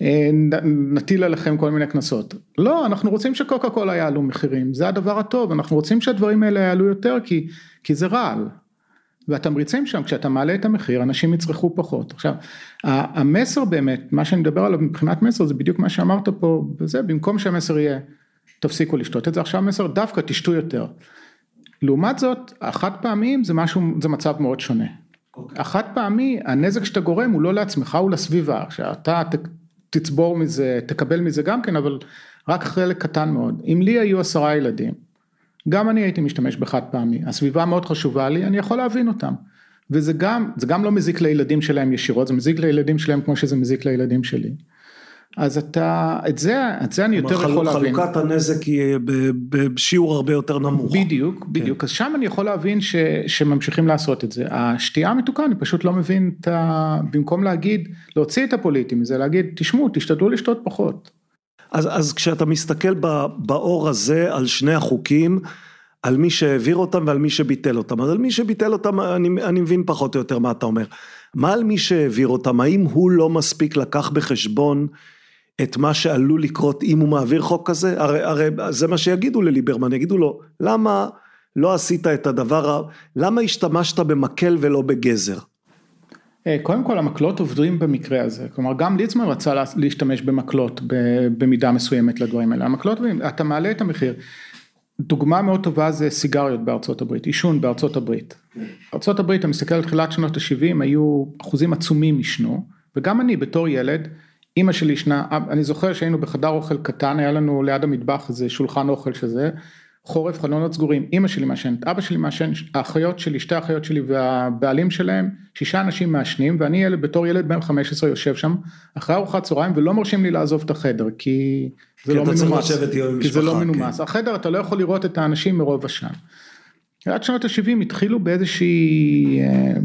נטיל עליכם כל מיני כנסות. לא, אנחנו רוצים שקוקה קולה יעלו מחירים, זה הדבר הטוב, אנחנו רוצים שהדברים האלה יעלו יותר, כי זה רעל. והתמריצים שם, כשאתה מעלה את המחיר, אנשים יצרכו פחות. עכשיו, המסר באמת, מה שאני מדבר עליו מבחינת מסר, זה בדיוק מה שאמרת פה, וזה, במקום שהמסר יהיה, תפסיקו לשתות את זה, עכשיו המסר דווקא תשתו יותר. לעומת זאת, החד פעמים זה מצב מאוד שונה. החד פעמי, הנזק שאתה גורם הוא לא לעצמך, הוא לסביבה, שאתה תצבור מזה, תקבל מזה גם כן, אבל רק חלק קטן מאוד. אם לי היו 10 ילדים, גם אני הייתי משתמש בחד פעמי, הסביבה מאוד חשובה לי, אני יכול להבין אותם, וזה גם לא מזיק לילדים שלהם ישירות, זה מזיק לילדים שלהם כמו שזה מזיק לילדים שלי. אז את זה אני יותר יכול להבין. חלוקת הנזק היא בשיעור הרבה יותר נמוך. בדיוק, אז שם אני יכול להבין שממשיכים לעשות את זה. השתייה המתוקה, אני פשוט לא מבין במקום להגיד, להוציא את הפוליטים, זה להגיד, תשתדלו לשתות פחות. אז כשאתה מסתכל באור הזה על שני החוקים, על מי שהעביר אותם ועל מי שביטל אותם, אז על מי שביטל אותם אני מבין פחות או יותר מה אתה אומר. מה על מי שהעביר אותם, האם הוא לא מספיק לקח בחשבון את מה שעלול לקרות אם הוא מעביר חוק כזה? הרי זה מה שיגידו לליברמן, יגידו לו, למה לא עשית את הדבר, למה השתמשת במקל ולא בגזר? קודם כל המקלות עובדים במקרה הזה, כלומר גם ליצמן רצה להשתמש במקלות במידה מסוימת לדברים האלה, המקלות, אתה מעלה את המחיר, דוגמה מאוד טובה זה סיגריות בארצות הברית, עישון בארצות הברית, ארצות הברית, אתה מסתכל על תחילת שנות ה-70, היו אחוזים עצומים עישנו, וגם אני בתור ילד, אמא שלי ישנה, אני זוכר שהיינו בחדר אוכל קטן, היה לנו ליד המטבח איזה שולחן אוכל שזה, חורף, חלונות סגורים, אמא שלי מעשנת, אבא שלי מעשן, האחיות שלי, שתי האחיות שלי והבעלים שלהם, 6 אנשים מעשנים, ואני בתור ילד בן 15 יושב שם, אחרי ארוחת צהריים, ולא מרשים לי לעזוב את החדר, כי זה לא מנומס. כי זה לא מנומס. החדר, אתה לא יכול לראות את האנשים מרוב השם. עד שנות ה-70 התחילו באיזושהי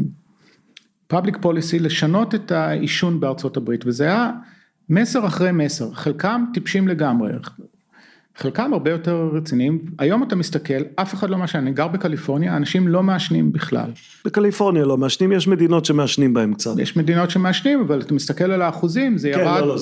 public policy לשנות את העישון בארצות הברית, וזה היה מסר אחרי מסר, חלקם טיפשים לגמרי, חלקם הרבה יותר רציניים, היום אתה מסתכל, אף אחד לא מעשן, אני גר בקליפורניה, אנשים לא מעשנים בכלל. בקליפורניה לא מעשנים, יש מדינות שמעשנים בהם קצת. יש מדינות שמעשנים, אבל אתה מסתכל על האחוזים, זה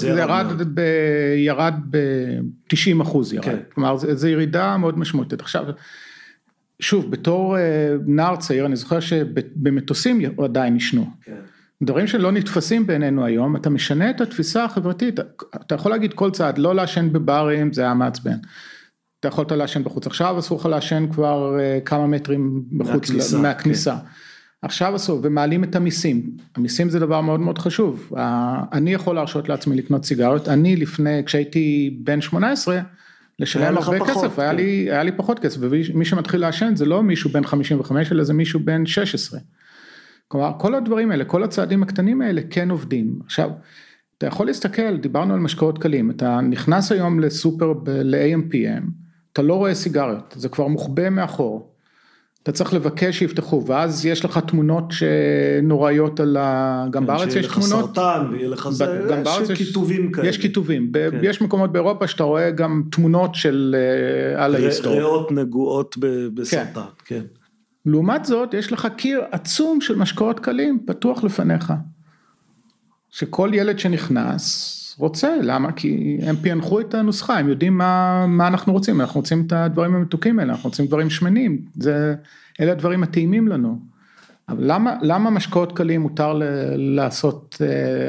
ירד ב-90%, כלומר, זו ירידה מאוד משמעותית. עכשיו, שוב, בתור נער צעיר, אני זוכר שבמטוסים עדיין ישנו. דברים שלא נתפסים בעינינו היום, אתה משנה את התפיסה החברתית, אתה יכול להגיד כל צעד, לא לעשן בברים, זה היה מעצבן, אתה יכולת לעשן בחוץ, עכשיו אסור לך לעשן כבר כמה מטרים בחוץ מהכניסה, עכשיו אסור, ומעלים את המיסים, המיסים זה דבר מאוד מאוד חשוב, אני יכול להרשות לעצמי לקנות סיגריות, אני לפני, כשהייתי בן 18, לשלם הרבה כסף, היה לי פחות כסף, ומי שמתחיל לעשן זה לא מישהו בן 55, אלא זה מישהו בן 16, כלומר, כל הדברים האלה, כל הצעדים הקטנים האלה כן עובדים. עכשיו, אתה יכול להסתכל, דיברנו על משקאות קלים, אתה נכנס היום לסופר, ל-AMPM, אתה לא רואה סיגריות, זה כבר מוחבא מאחור. אתה צריך לבקש שיפתחו, ואז יש לך תמונות שנוראיות על גם בארץ יש תמונות. שיהיה לך סרטן, ויהיה לך זה, יש כיתובים כאלה. יש כיתובים, יש מקומות באירופה שאתה רואה גם תמונות של על ההיסטוריה. ריאות נגועות בסרטן, כן. לעומת זאת, יש לך קיר עצום של משקאות קלים, פתוח לפניך. שכל ילד שנכנס, רוצה, למה? כי הם פענחו את הנוסחה, הם יודעים מה אנחנו רוצים, אנחנו רוצים את הדברים המתוקים האלה, אנחנו רוצים דברים שמנים, אלה הדברים הטעימים לנו. אבל למה משקאות קלים מותר לעשות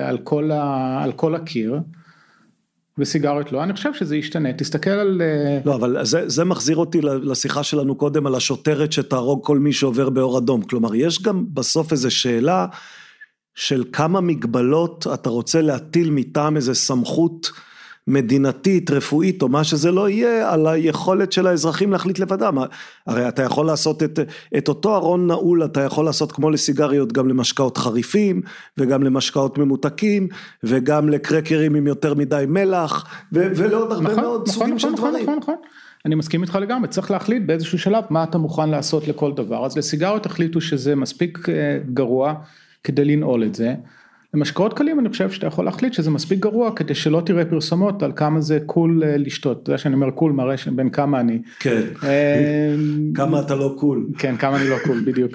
על כל הקיר, וסיגריות לא, אני חושב שזה ישתנה, תסתכל על... לא, אבל זה מחזיר אותי לשיחה שלנו קודם, על השוטרת שתהרוג כל מי שעובר באור אדום, כלומר, יש גם בסוף איזו שאלה, של כמה מגבלות אתה רוצה להטיל מטעם איזו סמכות מדינתית, רפואית, או מה שזה לא יהיה, על היכולת של האזרחים להחליט לבדם, הרי אתה יכול לעשות את אותו ארון נעול, אתה יכול לעשות כמו לסיגריות, גם למשקאות חריפים, וגם למשקאות ממותקים, וגם לקרקרים עם יותר מדי מלח, ולעוד הרבה מאוד סוגים של דברים. נכון. אני מסכים איתך לגמרי, צריך להחליט באיזשהו שלב, מה אתה מוכן לעשות לכל דבר, אז לסיגריות החליטו שזה מספיק גרוע, כדי לנעול את זה, למשקאות קלים אני חושב שאתה יכול להחליט שזה מספיק גרוע, כדי שלא תראה פרסומות על כמה זה קול לשתות, זה שאני אומר קול מראה בין כמה אני. כן, כמה אתה לא קול. כן, כמה אני לא קול, בדיוק.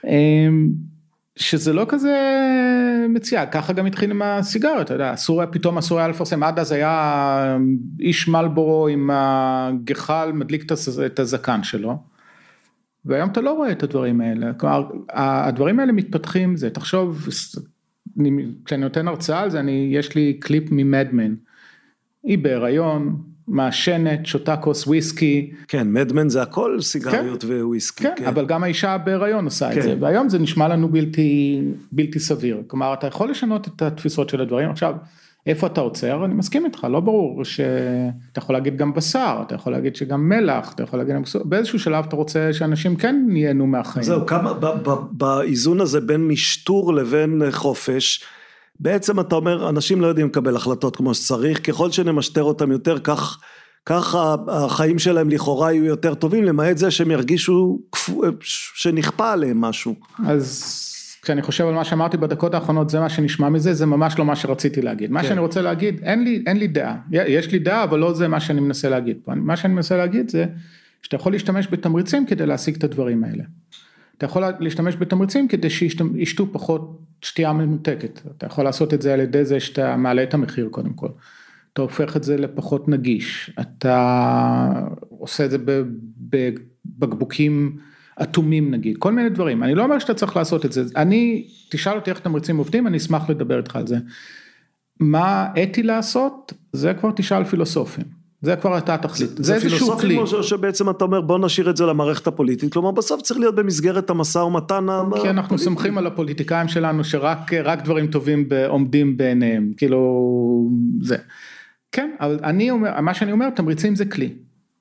שזה לא כזה מציע, ככה גם התחיל עם הסיגריות, אתה יודע, פתאום אסור היה לפרסם, עד אז היה איש מלבורו עם הגחל, מדליק את הזקן שלו, והיום אתה לא רואה את הדברים האלה, כלומר, הדברים האלה מתפתחים, זה, תחשוב, כשאני נותן הרצאה על זה, יש לי קליפ ממדמן, היא בהיריון, מעשנת, שותה כוס וויסקי. כן, מדמן זה הכל סיגריות כן, וויסקי. כן, אבל גם האישה בהיריון עושה את זה, והיום זה נשמע לנו בלתי סביר, כלומר אתה יכול לשנות את התפיסות של הדברים, עכשיו איפה אתה עוצר, אני מסכים איתך, לא ברור שאתה יכול להגיד גם בשר, אתה יכול להגיד שגם מלח, אתה יכול להגיד, באיזשהו שלב אתה רוצה שאנשים כן ייהנו מהחיים. זהו, כמה, באיזון הזה בין משטור לבין חופש, בעצם אתה אומר, אנשים לא יודעים לקבל החלטות כמו שצריך, ככל שנמשטר אותם יותר, כך החיים שלהם לכאורה יהיו יותר טובים, למעט זה שהם ירגישו שנכפה עליהם משהו. אז כשאני חושב על מה שאמרתי בדקות האחרונות, זה מה שנשמע מזה, זה ממש לא מה שרציתי להגיד. מה שאני רוצה להגיד, אין לי דעה. יש לי דעה, אבל לא זה מה שאני מנסה להגיד פה. מה שאני מנסה להגיד זה, שאתה יכול להשתמש בתמריצים כדי להשיג את הדברים האלה. אתה יכול להשתמש בתמריצים כדי שישתו פחות שתייה ממותקת. אתה יכול לעשות את זה על ידי זה שאתה מעלה את המחיר קודם כל. אתה הופך את זה לפחות נגיש. אתה עושה את זה בבקבוקים אטומים נגיד. כל מיני דברים. אני לא אומר שאתה צריך לעשות את זה. תשאל אותי איך תמריצים עובדים, אני אשמח לדבר איתך על זה. מה אתי לעשות? זה כבר תשאל פילוסופים. זה כבר הייתה תכלית. זה פילוסופים או שבעצם אתה אומר בוא נשאיר את זה למערכת הפוליטית, כלומר בסוף צריך להיות במסגרת המשא ומתן הפוליטי. כי אנחנו סומכים על הפוליטיקאים שלנו שרק דברים טובים עומדים בעיניהם, כאילו זה. כן, אבל מה שאני אומר, תמריצים זה כלי.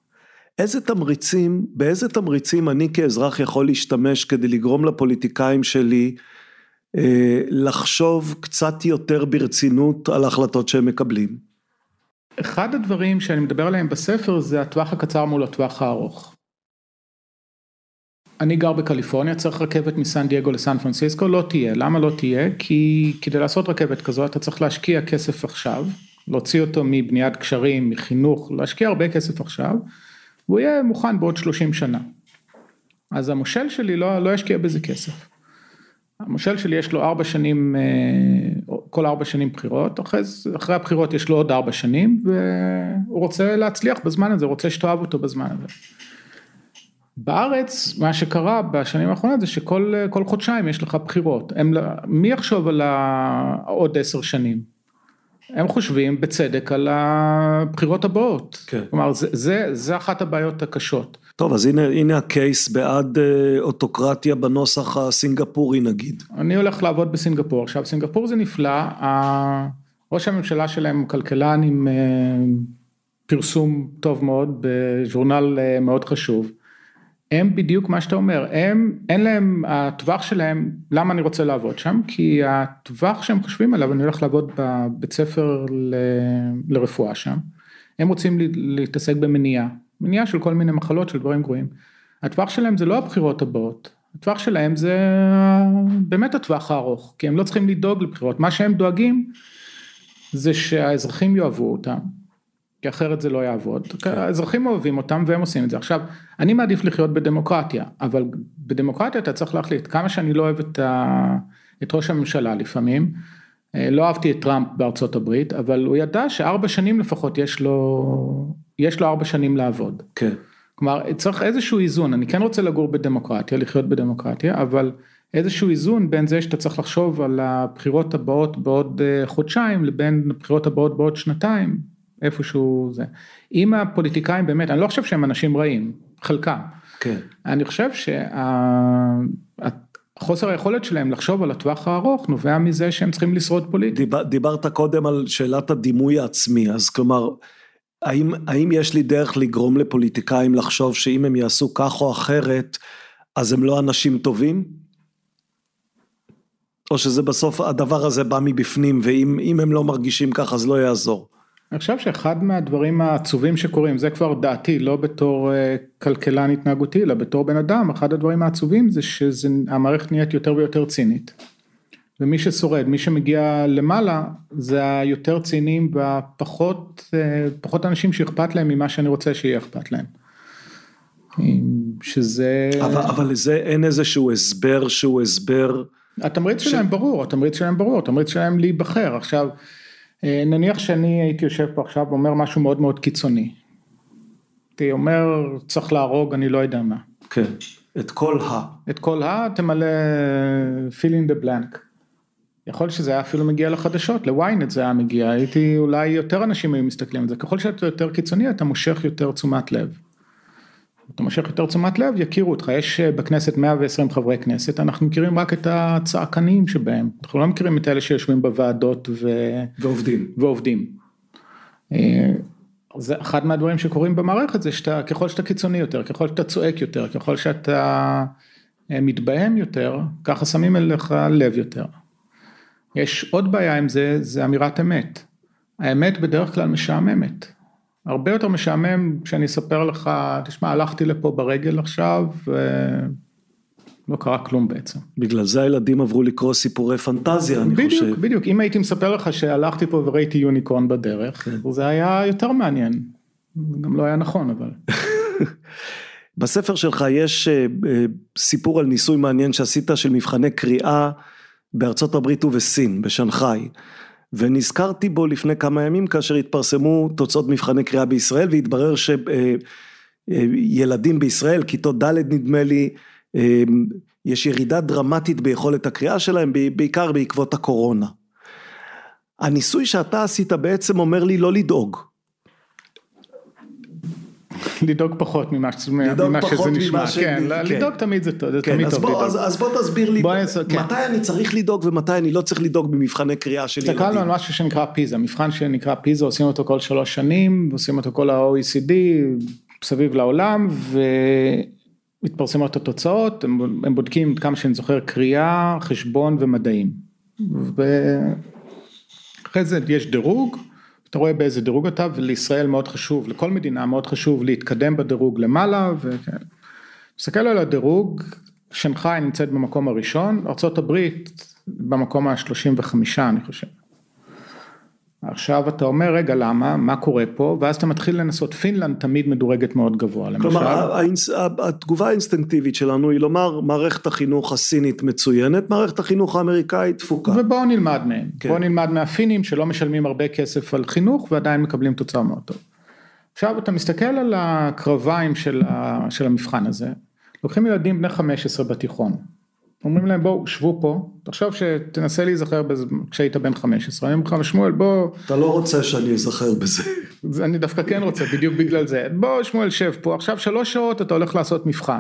באיזה תמריצים אני כאזרח יכול להשתמש כדי לגרום לפוליטיקאים שלי לחשוב קצת יותר ברצינות על ההחלטות שהם מקבלים? אחד הדברים שאני מדבר עליהם בספר זה הטווח הקצר מול הטווח הארוך. אני גר בקליפורניה, צריך רכבת מסן דייגו לסן פרנסיסקו, לא תהיה. למה לא תהיה? כי כדי לעשות רכבת כזו אתה צריך להשקיע כסף עכשיו, להוציא אותו מבניית קשרים, מחינוך, להשקיע הרבה כסף עכשיו, והוא יהיה מוכן בעוד 30 שנה. אז המושל שלי לא ישקיע בזה כסף. המושל שלי יש לו 4 שנים, כל 4 שנים בחירות, אחרי הבחירות יש לו עוד 4 שנים, והוא רוצה להצליח בזמן הזה, הוא רוצה שתאהב אותו בזמן הזה. בארץ, מה שקרה בשנים האחרונות, זה שכל חודשיים יש לך בחירות, מי יחשוב על עוד 10 שנים? הם חושבים בצדק על הבחירות הבאות, כן. כלומר זה אחת הבעיות הקשות. טוב, אז הנה הקייס בעד אוטוקרטיה בנוסח הסינגפורי נגיד. אני הולך לעבוד בסינגפור, עכשיו סינגפור זה נפלא, ראש הממשלה שלהם הוא כלכלן עם פרסום טוב מאוד, בז'ורנל מאוד חשוב, הם בדיוק מה שאתה אומר, אין להם, הטווח שלהם, למה אני רוצה לעבוד שם? כי הטווח שהם חושבים עליו, אני הולך לעבוד בבית ספר לרפואה שם, הם רוצים להתעסק במניעה, מניעה של כל מיני מחלות של דברים גרועים. הטווח שלהם זה לא הבחירות הבאות, הטווח שלהם זה באמת הטווח הארוך, כי הם לא צריכים לדאוג לבחירות, מה שהם דואגים זה שהאזרחים יאהבו אותם, כי אחרת זה לא יעבוד, האזרחים אוהבים אותם והם עושים את זה. עכשיו, אני מעדיף לחיות בדמוקרטיה, אבל בדמוקרטיה אתה צריך להחליט, כמה שאני לא אוהב את ראש הממשלה לפעמים, לא אהבתי את טראמפ בארצות הברית, אבל הוא ידע ש4 שנים לפחות יש לו 4 שנים לעבוד. כן. כלומר, צריך איזשהו איזון, אני כן רוצה לגור בדמוקרטיה, לחיות בדמוקרטיה, אבל איזשהו איזון בין זה שאתה צריך לחשוב על הבחירות הבאות בעוד חודשיים, לבין הבחירות הבאות בעוד שנתיים, איפשהו זה. אם הפוליטיקאים באמת, אני לא חושב שהם אנשים רעים, חלקם. כן. אני חושב חוסר היכולת שלהם לחשוב על הטווח הארוך, נובע מזה שהם צריכים לשרוד פוליטית. דיברת קודם על שאלת הדימוי העצמי, אז כלומר, האם יש לי דרך לגרום לפוליטיקאים לחשוב שאם הם יעשו כך או אחרת, אז הם לא אנשים טובים? או שזה בסוף הדבר הזה בא מבפנים, ואם הם לא מרגישים כך, אז לא יעזור? אני חושב שאחד מהדברים העצובים שקורים, זה כבר דעתי, לא בתור כלכלן התנהגותי, אלא בתור בן אדם, אחד הדברים העצובים זה שהמערכת נהיית יותר ויותר צינית. ומי ששורד, מי שמגיע למעלה, זה היותר ציניים והפחות אנשים שאכפת להם ממה שאני רוצה שיהיה אכפת להם. שזה... אבל לזה אין איזשהו הסבר שהוא הסבר... התמריץ שלהם ברור, התמריץ שלהם להיבחר. עכשיו, נניח שאני הייתי יושב פה עכשיו ואומר משהו מאוד מאוד קיצוני. הייתי אומר, צריך להרוג, אני לא יודע מה. כן, את כל תמלא fill in the blank. יכול שזה היה אפילו מגיע לחדשות, לוויינט זה היה מגיע, אולי יותר אנשים היו מסתכלים על זה, ככל שאתה יותר קיצוני, אתה מושך יותר תשומת לב. אתה מושך יותר תשומת לב, יכירו אותך, יש בכנסת 120 חברי כנסת, אנחנו מכירים רק את הצעקנים שבהם, אנחנו לא מכירים את אלה שיושבים בוועדות ועובדים. זה אחד מהדברים שקורים במערכת, זה ככל שאתה קיצוני יותר, ככל שאתה צועק יותר, ככל שאתה מתבהם יותר, ככה שמים אליך לב יותר. יש עוד בעיה עם זה, זה אמירת אמת. האמת בדרך כלל משעממת. הרבה יותר משעמם כשאני אספר לך, תשמע, הלכתי לפה ברגל עכשיו, ולא קרה כלום בעצם. בגלל זה הילדים עברו לקרוא סיפורי פנטזיה, אני חושב. בדיוק. אם הייתי מספר לך שהלכתי פה וראיתי יוניקורן בדרך, זה היה יותר מעניין. גם לא היה נכון, אבל... בספר שלך יש סיפור על ניסוי מעניין שעשית של מבחני קריאה, בארצות הברית ובסין, בשנחאי, ונזכרתי בו לפני כמה ימים, כאשר התפרסמו תוצאות מבחני קריאה בישראל, והתברר שילדים בישראל, כיתות ד' נדמה לי, יש ירידה דרמטית ביכולת הקריאה שלהם, בעיקר בעקבות הקורונה. הניסוי שאתה עשית בעצם אומר לי לא לדאוג. לדאוג פחות ממה שזה נשמע, כן, לדאוג תמיד זה טוב, אז בוא תסביר לי, מתי אני צריך לדאוג ומתי אני לא צריך לדאוג במבחני קריאה של ילדים. הסתכלנו על משהו שנקרא פיזה, מבחן שנקרא פיזה, עושים אותו כל 3 שנים, עושים אותו כל ה-OECD, סביב לעולם, ומתפרסמו את התוצאות, הם בודקים כמה שאני זוכר קריאה, חשבון ומדעים, ואחרי זה יש דירוג, אתה רואה באיזה דירוג אתה, ולישראל מאוד חשוב, לכל מדינה מאוד חשוב להתקדם בדירוג למעלה, מסתכל על הדירוג, שנחאי נמצאת במקום הראשון, ארצות הברית במקום ה-35 אני חושב. עכשיו אתה אומר, רגע למה, מה קורה פה, ואז אתה מתחיל לנסות, פינלנד תמיד מדורגת מאוד גבוה, למשל. כלומר, התגובה האינסטינקטיבית שלנו היא לומר, מערכת החינוך הסינית מצוינת, מערכת החינוך האמריקאית תפוקה. ובואו נלמד מהם, בואו נלמד מהפינים שלא משלמים הרבה כסף על חינוך, ועדיין מקבלים תוצאה מאוד טוב. עכשיו אתה מסתכל על הקרביים של המבחן הזה, לוקחים ילדים בני 15 בתיכון, אומרים להם בואו שבו פה, תחשוב שתנסה להיזכר כשהיית בן 15, אני אומר לך שמואל בוא... אתה לא רוצה שאני אזכר בזה. אני דווקא כן רוצה, בדיוק בגלל זה, בוא שמואל שב פה, עכשיו 3 שעות אתה הולך לעשות מבחן,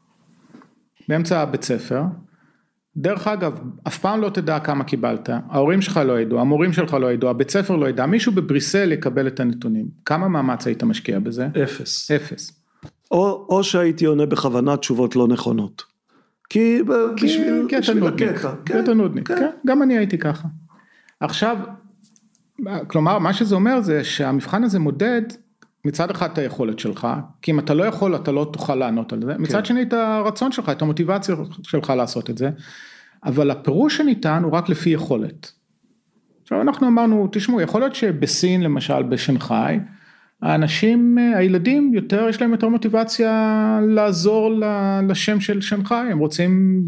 באמצע הבית ספר, דרך אגב, אף פעם לא תדע כמה קיבלת, ההורים שלך לא ידעו, המורים שלך לא ידעו, הבית ספר לא ידע, מישהו בבריסל יקבל את הנתונים, כמה מאמץ היית משקיע בזה? 0. 0. או שהייתי עונה בכוונה תשובות לא נכונות. כי בשביל הקטע. אתה נודניק, גם אני הייתי ככה. עכשיו, כלומר, מה שזה אומר זה שהמבחן הזה מודד מצד אחד את היכולת שלך, כי אם אתה לא יכול, אתה לא תוכל לענות על זה, מצד שני את הרצון שלך, את המוטיבציה שלך לעשות את זה, אבל הפירוש שניתן הוא רק לפי יכולת. עכשיו אנחנו אמרנו, תשמעו, יכול להיות שבסין למשל בשנחאי, האנשים, הילדים יותר, יש להם יותר מוטיבציה לעזור לשם של שנחאי, הם רוצים,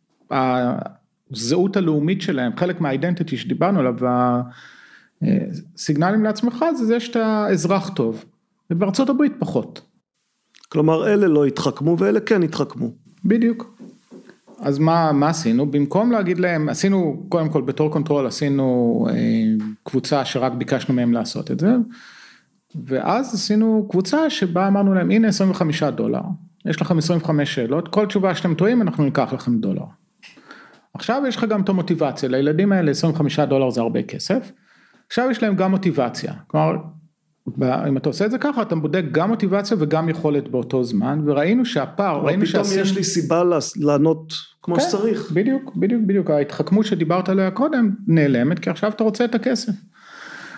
הזהות הלאומית שלהם, חלק מהאידנטיטי שדיברנו עליו, והסיגנלים לעצמך זה שאתה אזרח טוב, ובארצות הברית פחות. כלומר, אלה לא התחכמו ואלה כן התחכמו. בדיוק. אז מה עשינו? במקום להגיד להם, עשינו, קודם כל בתור קונטרול, עשינו קבוצה שרק ביקשנו מהם לעשות את זה, ואז עשינו קבוצה שבה אמרנו להם, הנה $25, יש לכם 25 שאלות, כל תשובה שאתם טועים, אנחנו ניקח לכם $1. עכשיו יש לך גם את המוטיבציה, לילדים האלה $25 זה הרבה כסף, עכשיו יש להם גם מוטיבציה, כלומר, אם אתה עושה את זה ככה, אתה בודק גם מוטיבציה וגם יכולת באותו זמן, וראינו שהפער, ראינו פתאום יש לי סיבה לענות כמו שצריך. בדיוק, ההתחכמות שדיברת עליה קודם, נעלמת, כי עכשיו אתה רוצה את הכסף.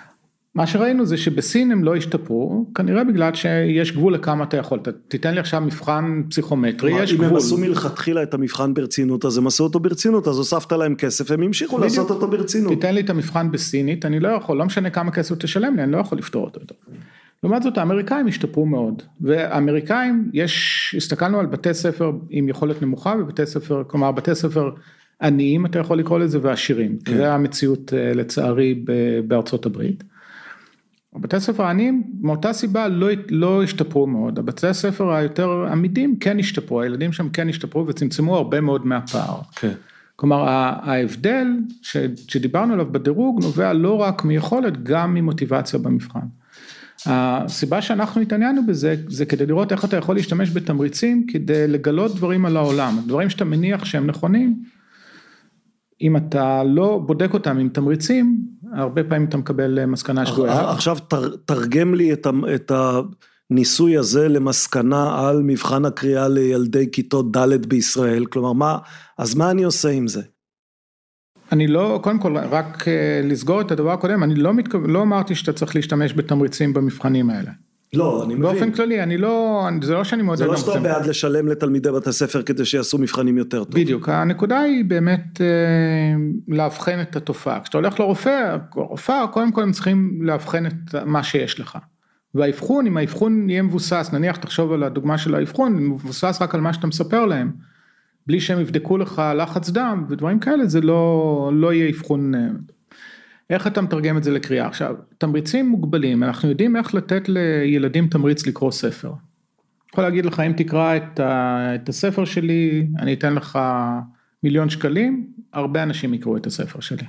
מה שראינו זה שבסין הם לא השתפרו, כנראה בגלל שיש גבול לכמה אתה יכול, תיתן לי עכשיו מבחן פסיכומטרי, יש גבול. אם הם עשו מלכתחילה את המבחן ברצינות, אז הם עשו אותו ברצינות, אז הוספת להם כסף, הם המשיכו לעשות אותו ברצינות. תיתן לי את המבחן בסינית, אני לא יכול, לא משנה כמה כסף תשלם לי, אני לא יכול לפתור אותו. לעומת זאת, האמריקאים השתפרו מאוד, והאמריקאים, הסתכלנו על בתי ספר עם יכולת נמוכה, ובתי ספר, כלומר, בתי ספר עניים, אתה יכול לקרוא לזה, ועשירים. כן. זה המציאות, לצערי, בארצות הברית. בתי ספר העניים, מאותה סיבה, לא השתפרו מאוד. הבתי הספר היותר עמידים כן השתפרו, הילדים שם כן השתפרו, וצמצמו הרבה מאוד מהפער. כן. כלומר, ההבדל שדיברנו עליו בדירוג, נובע לא רק מיכולת, גם ממוטיבציה במבחן. הסיבה שאנחנו התעניינו בזה, זה כדי לראות איך אתה יכול להשתמש בתמריצים, כדי לגלות דברים על העולם, דברים שאתה מניח שהם נכונים, אם אתה לא בודק אותם עם תמריצים, הרבה פעמים אתה מקבל מסקנה שגויה. עכשיו תרגם לי את הניסוי הזה למסקנה על מבחן הקריאה לילדי כיתות ד' בישראל, כלומר, אז מה אני עושה עם זה? אני לא, קודם כל, רק לסגור את הדבר הקודם, אני לא אמרתי שאתה צריך להשתמש בתמריצים במבחנים האלה. לא, אני מבין. באופן כללי, זה לא שאני מעודד. זה לא שאתה בעד לשלם לתלמידי בתי ספר כדי שיעשו מבחנים יותר טוב. בדיוק, הנקודה היא באמת להבחן את התופעה. כשאתה הולך לרופא, קודם כל הם צריכים להבחן את מה שיש לך. והאבחון, אם האבחון יהיה מבוסס, נניח תחשוב על הדוגמה של האבחון, מבוסס רק על מה שאתה מספר להם, בלי שהם יבדקו לך לחץ דם ודברים כאלה, זה לא יהיה אבחון. איך אתה מתרגם את זה לקריאה? עכשיו, תמריצים מוגבלים, אנחנו יודעים איך לתת לילדים תמריץ לקרוא ספר. יכול להגיד לך, אם תקרא את הספר שלי, אני אתן לך 1,000,000 שקלים, הרבה אנשים יקראו את הספר שלי.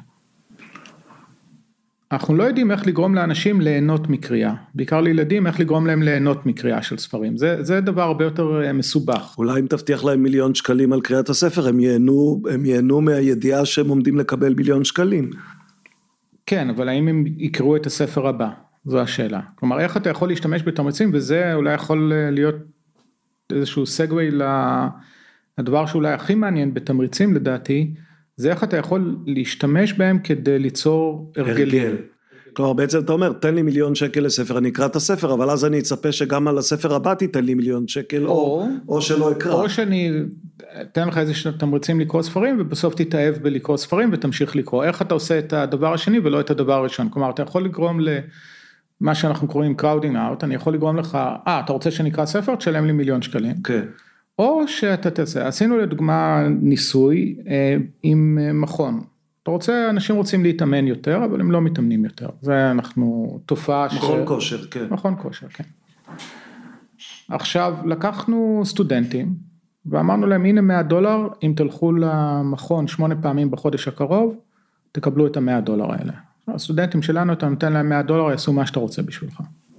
אנחנו לא יודעים איך לגרום לאנשים ליהנות מקריאה, בעיקר לילדים, איך לגרום להם ליהנות מקריאה של ספרים, זה דבר הרבה יותר מסובך. אולי אם תבטיח להם 1,000,000 שקלים על קריאת הספר, הם ייהנו מהידיעה שהם עומדים לקבל 1,000,000 שקלים. כן, אבל האם הם יקראו את הספר הבא? זו השאלה. כלומר, איך אתה יכול להשתמש בתמריצים, וזה אולי יכול להיות איזשהו סגווי לדבר שאולי הכי מעניין בתמריצים לדעתי, זה איך אתה יכול להשתמש בהם כדי ליצור הרגלים. כלומר, בעצם אתה אומר, תן לי 1,000,000 שקל לספר, אני אקרא את הספר, אבל אז אני אצפה שגם על הספר הבא תיתן לי 1,000,000 שקל, או שלא אקרא. או שאני אתן לך איזה תמריצים לקרוא ספרים, ובסוף תתאהב בלקרוא ספרים, ותמשיך לקרוא. איך אתה עושה את הדבר השני, ולא את הדבר הראשון? כלומר, אתה יכול לגרום למה שאנחנו קוראים crowding out, אני יכול לגרום לך, אתה רוצה שאני אקרא ספר, תשלם לי 1,000,000 שקלים. כן. או שאתה תעשה, עשינו לדוגמה ניסוי עם מכון. אתה רוצה, אנשים רוצים להתאמן יותר, אבל הם לא מתאמנים יותר. זה אנחנו תופעה מכון כושר, כן. מכון כושר, כן. עכשיו, לקחנו סטודנטים, ואמרנו להם, הנה $100, אם תלכו למכון 8 פעמים בחודש הקרוב, תקבלו את $100 האלה. הסטודנטים שלנו, אתה נותן להם $100, יעשו מה שאתה רוצה בשבילך.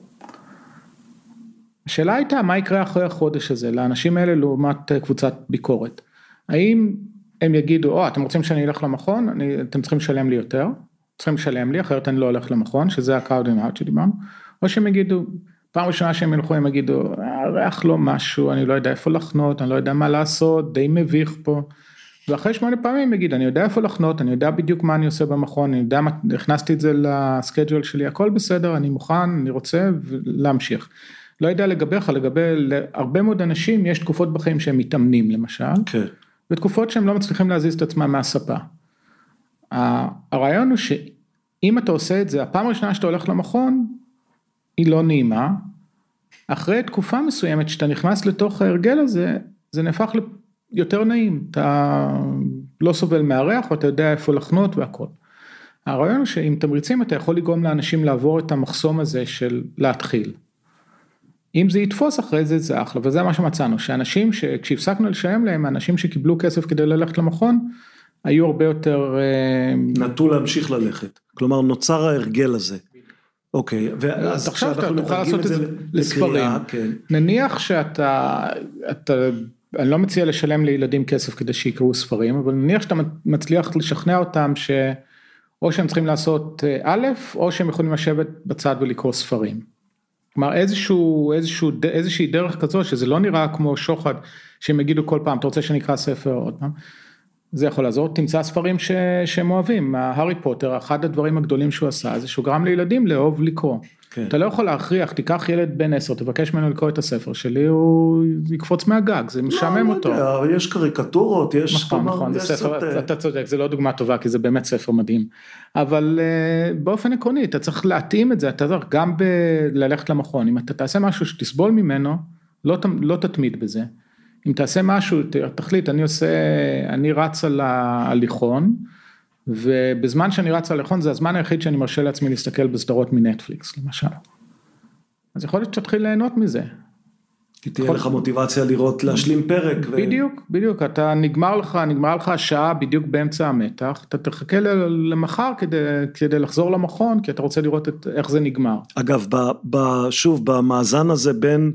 השאלה הייתה, מה יקרה אחרי החודש הזה, לאנשים האלה לעומת קבוצת ביקורת? האם הם יגידו, אתם רוצים שאני אלך למכון, אתם צריכים לשלם לי יותר, צריכים לשלם לי, אחרת אני לא הולך למכון, שזה ה-crowding out שדיברנו, או שהם יגידו, פעם ראשונה שהם ילכו, הם יגידו, ריח לא משהו, אני לא יודע איפה לחנות, אני לא יודע מה לעשות, די מביך פה, ואחרי 8 פעמים הם יגיד, אני יודע איפה לחנות, אני יודע בדיוק מה אני עושה במכון, אני יודע, הכנסתי את זה לסקייג'ול שלי, הכל בסדר, אני מוכן, אני רוצה להמשיך. לא יודע לגביך, לגבי הרבה מאוד אנשים, יש תקופות בחיים שהם מתאמנים למשל, ותקופות שהם לא מצליחים להזיז את עצמם מהספה. הרעיון הוא שאם אתה עושה את זה, הפעם הראשונה שאתה הולך למכון, היא לא נעימה, אחרי תקופה מסוימת שאתה נכנס לתוך ההרגל הזה, זה נהפך ליותר נעים, אתה לא סובל מהריח, ואתה יודע איפה לחנות והכל. הרעיון הוא שאם תמריצים, אתה יכול לגרום לאנשים לעבור את המחסום הזה של להתחיל. אם זה יתפוס אחרי זה, זה אחלה, וזה מה שמצאנו, שאנשים כשהפסקנו לשלם להם, האנשים שקיבלו כסף כדי ללכת למכון, היו הרבה יותר נטו להמשיך ללכת, כלומר נוצר ההרגל הזה. אוקיי, אז עכשיו אתה תוכל לעשות את זה לספרים, נניח שאתה, אני לא מציע לשלם לילדים כסף כדי שיקראו ספרים, אבל נניח שאתה מצליח לשכנע אותם או שהם צריכים לעשות א', או שהם יכולים לשבת בצד ולקרוא ספרים. כלומר, איזושהי דרך כזו, שזה לא נראה כמו שוחד, שהם יגידו כל פעם, אתה רוצה שנקרא ספר עוד פעם, זה יכול לעזור, תמצא ספרים שהם אוהבים, הארי פוטר, אחד הדברים הגדולים שהוא עשה, זה שהוא גרם לילדים לאהוב לקרוא. כן. אתה לא יכול להכריח, תיקח ילד בן 10, תבקש ממנו לקרוא את הספר שלי, הוא יקפוץ מהגג, זה משעמם אותו. לא יודע, יש קריקטורות, יש... נכון, זה ספר, אתה צודק, זה לא דוגמה טובה, כי זה באמת ספר מדהים. אבל באופן עקרוני, אתה צריך להתאים את זה, אתה צריך גם ללכת למכון, אם אתה תעשה משהו שתסבול ממנו, לא תתמיד בזה. אם תעשה משהו, תחליט, אני רץ על ההליכון, ובזמן שאני רץ על ההליכון, זה הזמן היחיד שאני מרשה לעצמי להסתכל בסדרות מנטפליקס, למשל. אז יכול להיות שתתחיל ליהנות מזה. כי תהיה לך מוטיבציה לראות, להשלים פרק. בדיוק, נגמר לך השעה בדיוק באמצע המתח, אתה תחכה למחר כדי לחזור למכון, כי אתה רוצה לראות איך זה נגמר. אגב, שוב, במאזן הזה בין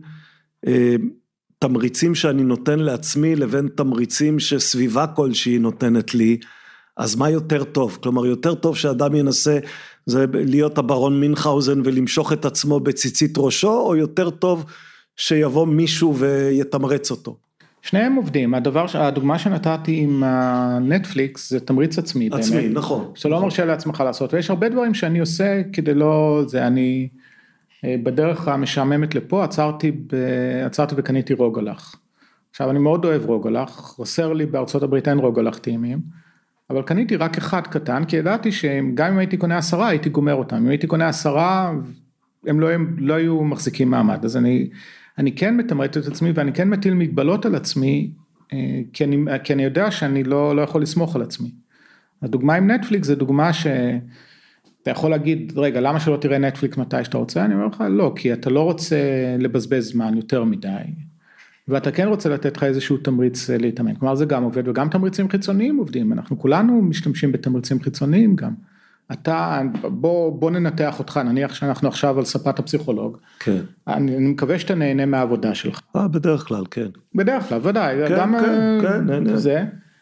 תמריצים שאני נותן לעצמי, לבין תמריצים שסביבה כלשהי נותנת לי, אז מה יותר טוב? כלומר, יותר טוב שאדם ינסה, זה להיות הברון מינכאוזן ולמשוך את עצמו בציצית ראשו, או יותר טוב שיבוא מישהו ויתמרץ אותו? שניהם עובדים, הדוגמה שנתתי עם נטפליקס, זה תמריץ עצמי. עצמי, נכון. שאתה לא מרשה לעצמך לעשות, ויש הרבה דברים שאני עושה כדי לא, אני בדרך המשעממת לפה, עצרתי וקניתי רוגלח. עכשיו, אני מאוד אוהב רוגלח, חסר לי בארצות הברית אין רוגלח טעימים, אבל קניתי רק אחד קטן, כי ידעתי שגם אם הייתי קונה 10, הייתי גומר אותם. אם הייתי קונה 10, הם לא היו מחזיקים מעמד. אז אני כן מתמרץ את עצמי, ואני כן מטיל מגבלות על עצמי, כי אני יודע שאני לא יכול לסמוך על עצמי. הדוגמה עם נטפליקס, זה דוגמה שאתה יכול להגיד, רגע, למה שלא תראה נטפליקס מתי שאתה רוצה? אני אומר לך, לא, כי אתה לא רוצה לבזבז זמן יותר מדי. ואתה כן רוצה לתת לך איזשהו תמריץ להתאמן, כלומר זה גם עובד, וגם תמריצים חיצוניים עובדים, אנחנו כולנו משתמשים בתמריצים חיצוניים גם, בוא ננתח אותך, נניח שאנחנו עכשיו על ספת הפסיכולוג, כן. אני מקווה שאתה נהנה מהעבודה שלך. בדרך כלל, כן. בדרך כלל, ודאי, כן, גם כן, נהנה. זה,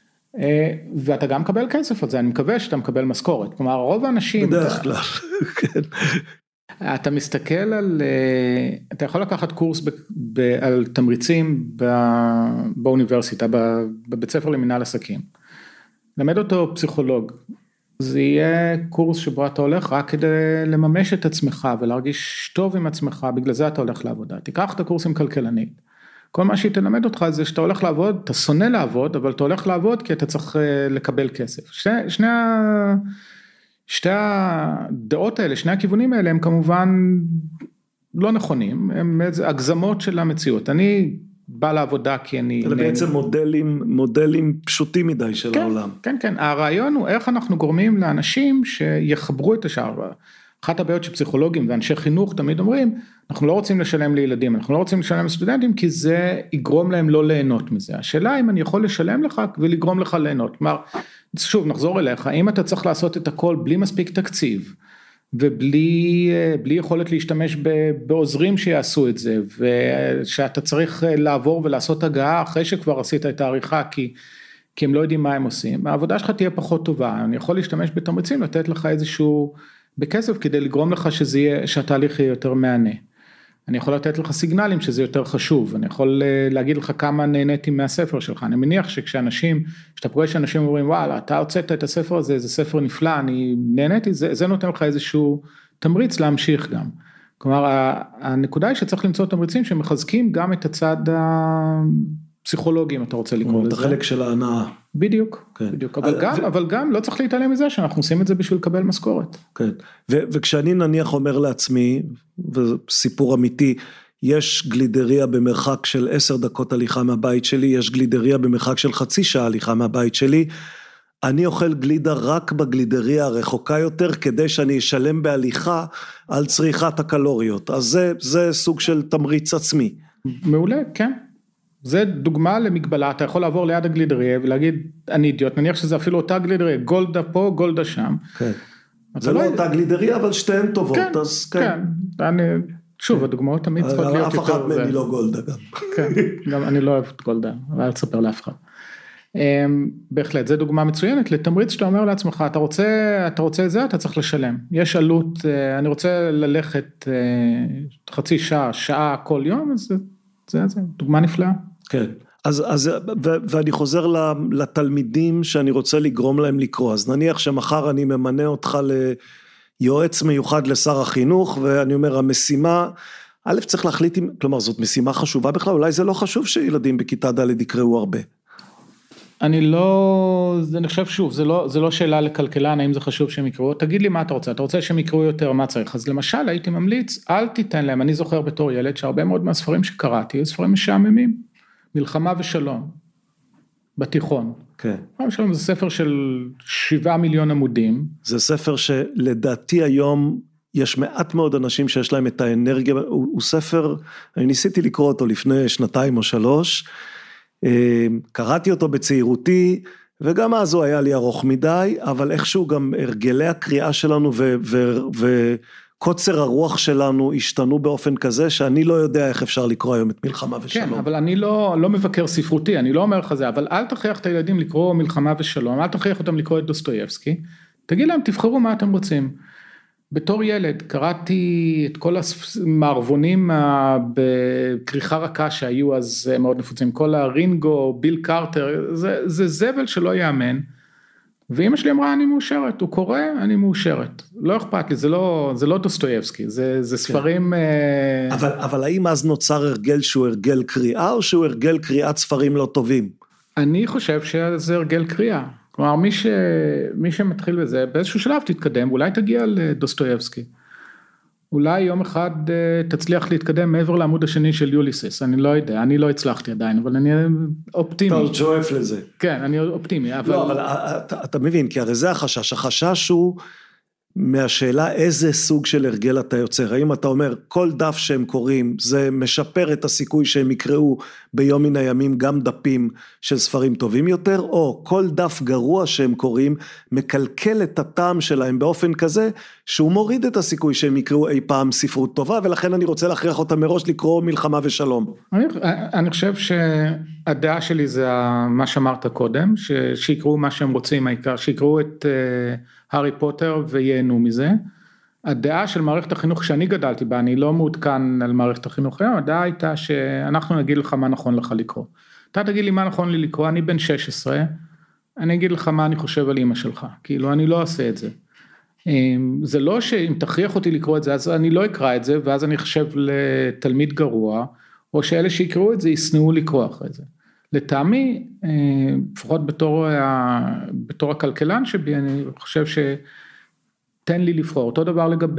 ואתה גם מקבל כסף על זה, אני מקווה שאתה מקבל משכורת, כלומר רוב האנשים, בדרך כלל, כן. אתה מסתכל אתה יכול לקחת קורס על תמריצים באוניברסיטה, בבית ספר למנהל עסקים. למד אותו פסיכולוג. זה יהיה קורס שבו אתה הולך רק כדי לממש את עצמך ולהרגיש טוב עם עצמך, בגלל זה אתה הולך לעבודה. תיקח את הקורס עם כלכלנית. כל מה שהיא תלמד אותך זה שאתה הולך לעבוד, אתה שונא לעבוד, אבל אתה הולך לעבוד כי אתה צריך לקבל כסף. שתי הדעות האלה, שני הכיוונים האלה, הם כמובן לא נכונים, הם הגזמות של המציאות. אני בא לעבודה כי אני... זה בעצם מודלים פשוטים מדי של העולם. כן, כן. הרעיון הוא איך אנחנו גורמים לאנשים שיחברו את השאר. אחת הבעיות שפסיכולוגים ואנשי חינוך תמיד אומרים, אנחנו לא רוצים לשלם לילדים, אנחנו לא רוצים לשלם לסטודנטים, כי זה יגרום להם לא ליהנות מזה. השאלה אם אני יכול לשלם לך ולגרום לך ליהנות. כלומר, שוב, נחזור אליך, אם אתה צריך לעשות את הכל בלי מספיק תקציב, ובלי יכולת להשתמש בעוזרים שיעשו את זה, ושאתה צריך לעבור ולעשות הגעה אחרי שכבר עשית את העריכה, כי הם לא יודעים מה הם עושים, העבודה שלך תהיה פחות טובה, אני יכול להשתמש בתמריצים, לתת לך איזשהו בכסף, כדי לגרום לך שהתהליך יהיה יותר מענה. אני יכול לתת לך סיגנלים שזה יותר חשוב, אני יכול להגיד לך כמה נהניתי מהספר שלך, אני מניח שאתה פוגש שאנשים אומרים, וואלה, אתה הוצאת את הספר הזה, זה ספר נפלא, אני נהניתי, זה נותן לך איזשהו תמריץ להמשיך גם. כלומר, הנקודה היא שצריך למצוא תמריצים שמחזקים גם את הצד הפסיכולוגי, אם אתה רוצה לקרוא לזה. את החלק של ההנאה. בדיוק, בדיוק. אבל גם לא צריך להתעלם מזה שאנחנו עושים את זה בשביל לקבל משכורת. כן, וכשאני נניח אומר לעצמי, וסיפור אמיתי, יש גלידריה במרחק של 10 דקות הליכה מהבית שלי, יש גלידריה במרחק של חצי שעה הליכה מהבית שלי, אני אוכל גלידה רק בגלידריה הרחוקה יותר, כדי שאני אשלם בהליכה על צריכת הקלוריות, אז זה סוג של תמריץ עצמי. מעולה, כן. זה דוגמה למגבלה, אתה יכול לעבור ליד הגלידריה ולהגיד, אני אידיוט, נניח שזה אפילו אותה גלידריה, גולדה פה, גולדה שם. כן. זה לא אותה גלידריה, אבל שתיהן טובות, אז כן. שוב, הדוגמאות תמיד צריכות להיות יותר... אף אחד מהם היא לא גולדה גם. כן, גם אני לא אוהב את גולדה, אבל אל תספר לאף אחד. בהחלט, זו דוגמה מצוינת, לתמריץ שאתה אומר לעצמך, אתה רוצה את זה, אתה צריך לשלם. יש עלות, אני רוצה ללכת חצי שעה, שעה כל יום, אז זה דוגמה נפלאה. כן, ואני חוזר לתלמידים שאני רוצה לגרום להם לקרוא, אז נניח שמחר אני ממנה אותך ליועץ מיוחד לשר החינוך, ואני אומר המשימה, א' צריך להחליט, כלומר זאת משימה חשובה בכלל, אולי זה לא חשוב שילדים בכיתה ד' יקראו הרבה. אני חושב שוב, זה לא שאלה לכלכלן, האם זה חשוב שהם יקראו, תגיד לי מה אתה רוצה, אתה רוצה שהם יקראו יותר, מה צריך, אז למשל הייתי ממליץ, אל תיתן להם, אני זוכר בתור ילד, שהרבה מאוד מהספרים שקראתי, היו ספרים משעממים, מלחמה ושלום, בתיכון. כן. שלום, זה ספר של 7 מיליון עמודים. זה ספר שלדעתי היום, יש מעט מאוד אנשים שיש להם את האנרגיה, הוא ספר, אני ניסיתי לקרוא אותו לפני 2 או 3, קראתי אותו בצעירותי, וגם אז הוא היה לי ארוך מדי, אבל איכשהו גם הרגלי הקריאה שלנו וקוצר הרוח שלנו השתנו באופן כזה, שאני לא יודע איך אפשר לקרוא היום את מלחמה ושלום. כן, אבל אני לא מבקר ספרותי, אני לא אומר לך זה, אבל אל תכריח את הילדים לקרוא מלחמה ושלום, אל תכריח אותם לקרוא את דוסטויבסקי, תגיד להם תבחרו מה אתם רוצים. בתור ילד קראתי את כל המערבונים בכריכה רכה שהיו אז מאוד נפוצים, כל הרינגו, ביל קארטר, זה זבל שלא יאמן, ואמא שלי אמרה אני מאושרת, הוא קורא, אני מאושרת, לא אכפת לי, זה לא דוסטויבסקי, זה ספרים... אבל האם אז נוצר הרגל שהוא הרגל קריאה, או שהוא הרגל קריאת ספרים לא טובים? אני חושב שזה הרגל קריאה. כלומר, מי שמתחיל בזה, באיזשהו שלב תתקדם, אולי תגיע לדוסטויבסקי. אולי יום אחד תצליח להתקדם מעבר לעמוד השני של יוליסס, אני לא יודע, אני לא הצלחתי עדיין, אבל אני אופטימי. אתה שואף לזה. כן, אני אופטימי. אבל... לא, אבל אתה מבין, כי הרי זה החשש, החשש הוא מהשאלה איזה סוג של הרגל אתה יוצר, האם אתה אומר כל דף שהם קוראים, זה משפר את הסיכוי שהם יקראו ביום מן הימים גם דפים של ספרים טובים יותר, או כל דף גרוע שהם קוראים, מקלקל את הטעם שלהם באופן כזה, שהוא מוריד את הסיכוי שהם יקראו אי פעם ספרות טובה, ולכן אני רוצה להכריח אותם מראש לקרוא מלחמה ושלום. אני חושב שהדעה שלי זה מה שאמרת קודם, שיקראו מה שהם רוצים העיקר, שיקראו את... הארי פוטר וייהנו מזה. הדעה של מערכת החינוך שאני גדלתי בה, אני לא מעודכן על מערכת החינוך, הדעה הייתה שאנחנו נגיד לך מה נכון לך לקרוא. אתה תגיד לי מה נכון לי לקרוא, אני בן 16, אני אגיד לך מה אני חושב על אמא שלך, כאילו אני לא אעשה את זה. זה לא שאם תכריח אותי לקרוא את זה, אז אני לא אקרא את זה, ואז אני חושב לתלמיד גרוע, או שאלה שיקראו את זה ישנאו לקרוא אחרי זה. לטעמי, לפחות בתור הכלכלן שבי, אני חושב שתן לי לבחור. אותו דבר לגבי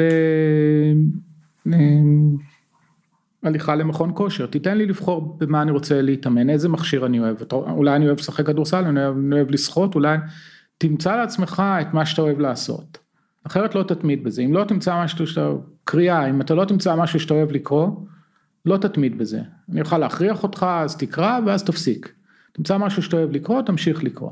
הליכה למכון כושר. תיתן לי לבחור במה אני רוצה להתאמן, איזה מכשיר אני אוהב. אולי אני אוהב לשחק כדורסל, אני אוהב לשחות, אולי תמצא לעצמך את מה שאתה אוהב לעשות. אחרת לא תתמיד בזה. אם לא תמצא משהו שאתה אוהב, קריאה, אם אתה לא תמצא משהו שאתה אוהב לקרוא, לא תתמיד בזה. אני אוכל להכריח אותך, אז תקרא, ואז תפסיק. תמצא משהו שאתה אוהב לקרוא, תמשיך לקרוא.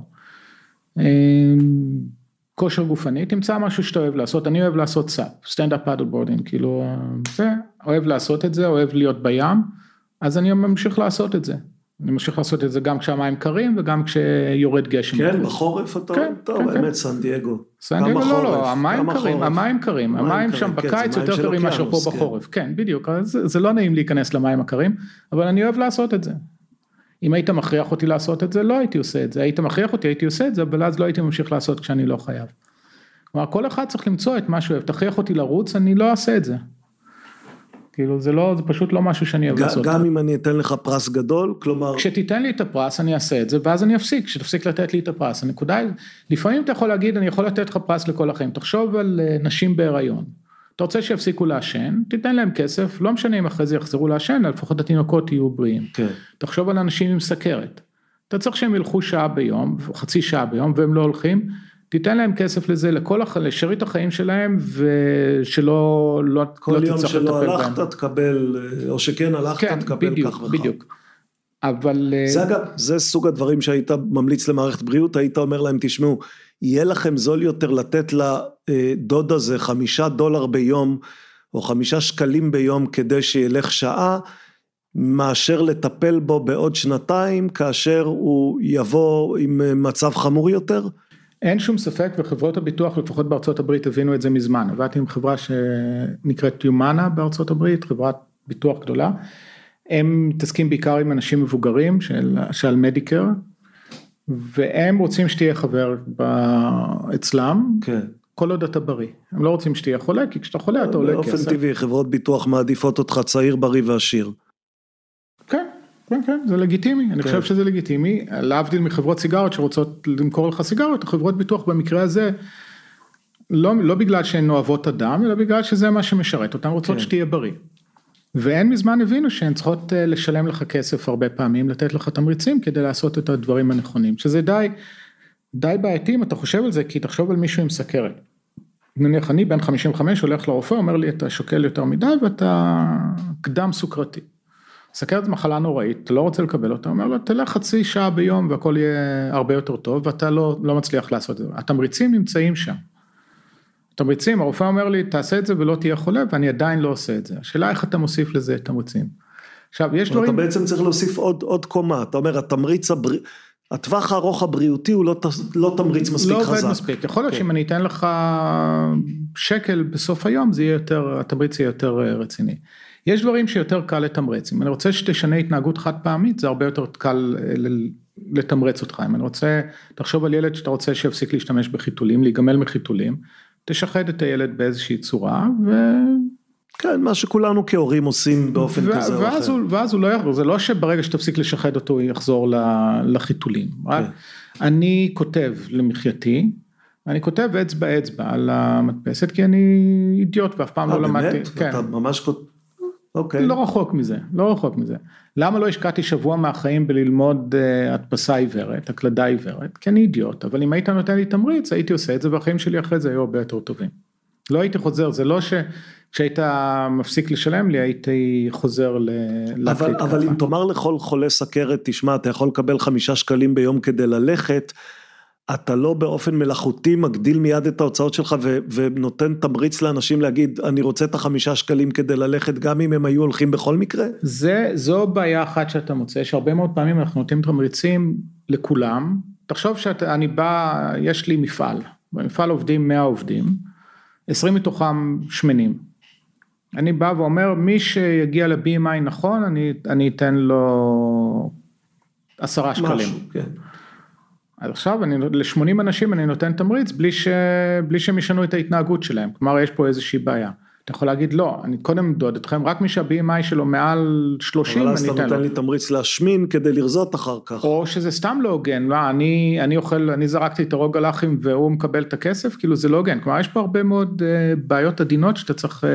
כושר גופני, תמצא משהו שאתה אוהב לעשות, אני אוהב לעשות סאפ, סטנד-אפ פאדל בורדינג, כאילו, אוהב לעשות את זה, אוהב להיות בים, אז אני ממשיך לעשות את זה. אני ממשיך לעשות את זה גם כשהמים קרים, וגם כשיורד גשם. כן, בחורף אתה, טוב, האמת סן דייגו. סן דייגו, לא, המים קרים, המים שם בקיץ יותר קרים מאשר פה בחורף. כן, בדיוק, זה לא נעים להיכנס למים הקרים, אבל אני אוהב לעשות את זה. אם היית מכריח אותי לעשות את זה, לא הייתי עושה את זה. היית מכריח אותי, הייתי עושה את זה, אבל אז לא הייתי ממשיך לעשות כשאני לא חייב. כלומר, כל אחד צריך למצוא את מה שהוא אוהב. תכריח אותי לרוץ, אני לא אעשה את זה. כאילו, זה פשוט לא משהו שאני אוהב לעשות. גם אם אני אתן לך פרס גדול, כלומר... כשתיתן לי את הפרס, אני אעשה את זה, ואז אני אפסיק. כשתפסיק לתת לי את הפרס, הנקודה היא, לפעמים אתה יכול להגיד, אני יכול לתת לך פרס לכל החיים. תחשוב על נשים בהיריון. אתה רוצה שיפסיקו לעשן, תיתן להם כסף, לא משנה אם אחרי זה יחזרו לעשן, לפחות התינוקות יהיו בריאים. כן. תחשוב על אנשים עם סכרת. אתה צריך שהם ילכו שעה ביום, חצי שעה ביום, והם לא הולכים, תיתן להם כסף לזה, לשארית החיים שלהם, ושלא כל יום שלא הלכת תקבל, או שכן הלכת תקבל כך וכך. בדיוק. אבל... זה סוג הדברים שהיית ממליץ למערכת בריאות, היית אומר להם, תשמעו, יהיה לכם זול יותר לתת לדוד הזה $5 ביום, או 5 שקלים ביום, כדי שילך שעה, מאשר לטפל בו בעוד 2, כאשר הוא יבוא עם מצב חמור יותר? אין שום ספק, וחברות הביטוח, לפחות בארצות הברית, הבינו את זה מזמן. עבדתי עם חברה שנקראת יומנה בארצות הברית, חברת ביטוח גדולה, הם מתעסקים בעיקר עם אנשים מבוגרים של מדיקר, והם רוצים שתהיה חבר אצלם, כן. כל עוד אתה בריא. הם לא רוצים שתהיה חולה, כי כשאתה חולה אתה עולה כסף. באופן טבעי, חברות ביטוח מעדיפות אותך צעיר, בריא ועשיר. כן, כן, כן, זה לגיטימי. אני חושב שזה לגיטימי. להבדיל מחברות סיגרות שרוצות למכור לך סיגרות, החברות ביטוח במקרה הזה, לא בגלל שהן אוהבות אדם, אלא בגלל שזה מה שמשרת אותן, רוצות שתהיה בריא. ואין מזמן הבינו שהן צריכות לשלם לך כסף הרבה פעמים, לתת לך תמריצים כדי לעשות את הדברים הנכונים, שזה די בעייתי אם אתה חושב על זה, כי תחשוב על מישהו עם סכרת. נניח אני בן 55 הולך לרופא, אומר לי אתה שוקל יותר מדי ואתה קדם סוכרתי. סכרת מחלה נוראית, אתה לא רוצה לקבל אותה, אומר לו תלך חצי שעה ביום והכל יהיה הרבה יותר טוב, ואתה לא מצליח לעשות את זה. התמריצים נמצאים שם. תמריצים, הרופא אומר לי, תעשה את זה ולא תהיה חולה, ואני עדיין לא עושה את זה. השאלה איך אתה מוסיף לזה תמריצים. עכשיו, יש דברים... אתה בעצם צריך להוסיף עוד קומה, אתה אומר, הטווח הארוך הבריאותי הוא לא תמריץ מספיק חזק. לא עובד מספיק, יכול להיות שאם אני אתן לך שקל בסוף היום, התמריץ יהיה יותר רציני. יש דברים שיותר קל לתמרץ, אם אני רוצה שתשנה התנהגות חד פעמית, זה הרבה יותר קל לתמרץ אותך, אם אני רוצה, תחשוב על ילד שאתה רוצה שיפסיק להשתמש בחיתולים, להיגמל מחיתולים, תשחד את הילד באיזושהי צורה, כן, מה שכולנו כהורים עושים באופן כזה או אחר. ואז הוא לא יחזור, זה לא שברגע שתפסיק לשחד אותו, הוא יחזור לחיתולים. אני כותב למחייתי, אני כותב אצבע על המדפסת, כי אני אידיוט ואף פעם לא למדתי. באמת? אתה ממש כותב? אוקיי. לא רחוק מזה. למה לא השקעתי שבוע מהחיים בללמוד הדפסה עיוורת, הקלדה עיוורת? כי אני אידיוט, אבל אם היית נותן לי תמריץ, הייתי עושה את זה, והחיים שלי אחרי זה היו הרבה יותר טובים. לא הייתי חוזר, זה לא כשהיית מפסיק לשלם לי, הייתי חוזר להקליט ככה. אבל אם תאמר לכל חולה סכרת, תשמע, אתה יכול לקבל 5 שקלים ביום כדי ללכת, אתה לא באופן מלאכותי מגדיל מיד את ההוצאות שלך, ונותן תמריץ לאנשים להגיד, אני רוצה את 5 שקלים כדי ללכת, גם אם הם היו הולכים בכל מקרה? זו בעיה אחת שאתה מוצא, שהרבה מאוד פעמים אנחנו נותנים תמריצים לכולם, תחשוב שאני בא, יש לי מפעל, במפעל עובדים 100 עובדים, 20 מתוכם שמנים, אני בא ואומר, מי שיגיע ל-BMI נכון, אני אתן לו 10 שקלים. משהו, כן. אז עכשיו, ל-80 אנשים אני נותן תמריץ, בלי שהם ישנו את ההתנהגות שלהם, כלומר יש פה איזושהי בעיה. אתה יכול להגיד, לא, אני קודם מדוד אתכם, רק מי שה-BMI שלו מעל 30, אני אתן לו. אבל אז אתה נותן לי תמריץ להשמין, כדי לרזות אחר כך. או שזה סתם לא הוגן, לא, אני זרקתי את הרוג הלחים, והוא מקבל את הכסף, כאילו זה לא הוגן, כלומר יש פה הרבה מאוד בעיות עדינות, שאתה צריך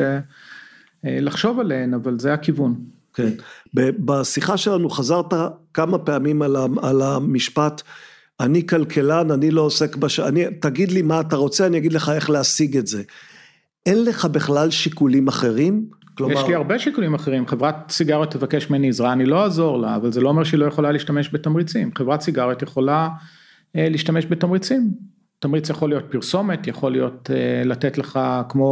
לחשוב עליהן, אבל זה הכיוון. כן, בשיחה שלנו חזרת כמה פעמים על המשפט, אני כלכלן, אני לא עוסק תגיד לי מה אתה רוצה, אני אגיד לך איך להשיג את זה. אין לך בכלל שיקולים אחרים? יש לי הרבה שיקולים אחרים, חברת סיגריות תבקש ממני עזרה, אני לא אעזור לה, אבל זה לא אומר שהיא לא יכולה להשתמש בתמריצים. חברת סיגריות יכולה להשתמש בתמריצים. תמריץ יכול להיות פרסומת, יכול להיות לתת לך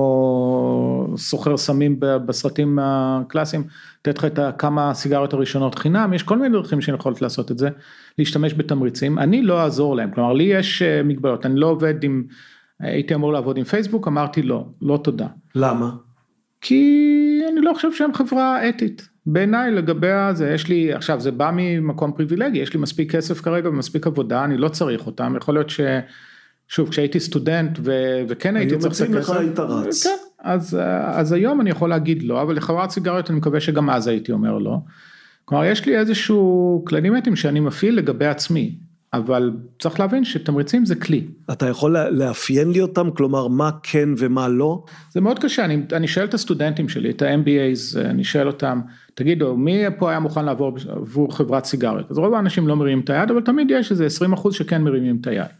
כמו סוחר סמים בסרטים הקלאסיים, לתת לך את כמה סיגריות הראשונות חינם, יש כל מיני דרכים שאני יכולת לעשות את זה, להשתמש בתמריצים, אני לא אעזור להם, כלומר לי יש מגבלות, אני לא עובד עם, הייתי אמור לעבוד עם פייסבוק, אמרתי לא תודה. למה? כי אני לא חושב שהם חברה אתית, בעיניי לגבי זה, יש לי, עכשיו זה בא ממקום פריבילגי, יש לי מספיק כסף כרגע ומספיק עבודה, אני לא צריך אותם, יכול להיות שוב, כשהייתי סטודנט וכן הייתי צריך כסף, לך היית רץ. כן, אז היום אני יכול להגיד לא, אבל לחברת סיגריות אני מקווה שגם אז הייתי אומר לא. כלומר, יש לי איזשהו כללים אתיים שאני מפעיל לגבי עצמי, אבל צריך להבין שתמריצים זה כלי. אתה יכול לאפיין לי אותם, כלומר, מה כן ומה לא? זה מאוד קשה, אני שואל את הסטודנטים שלי, את ה-MBAs, אני שואל אותם, תגידו, מי פה היה מוכן לעבור עבור חברת סיגריות? אז רוב האנשים לא מרימים את היד, אבל תמיד יש איזה 20% שכן מרימים את היד.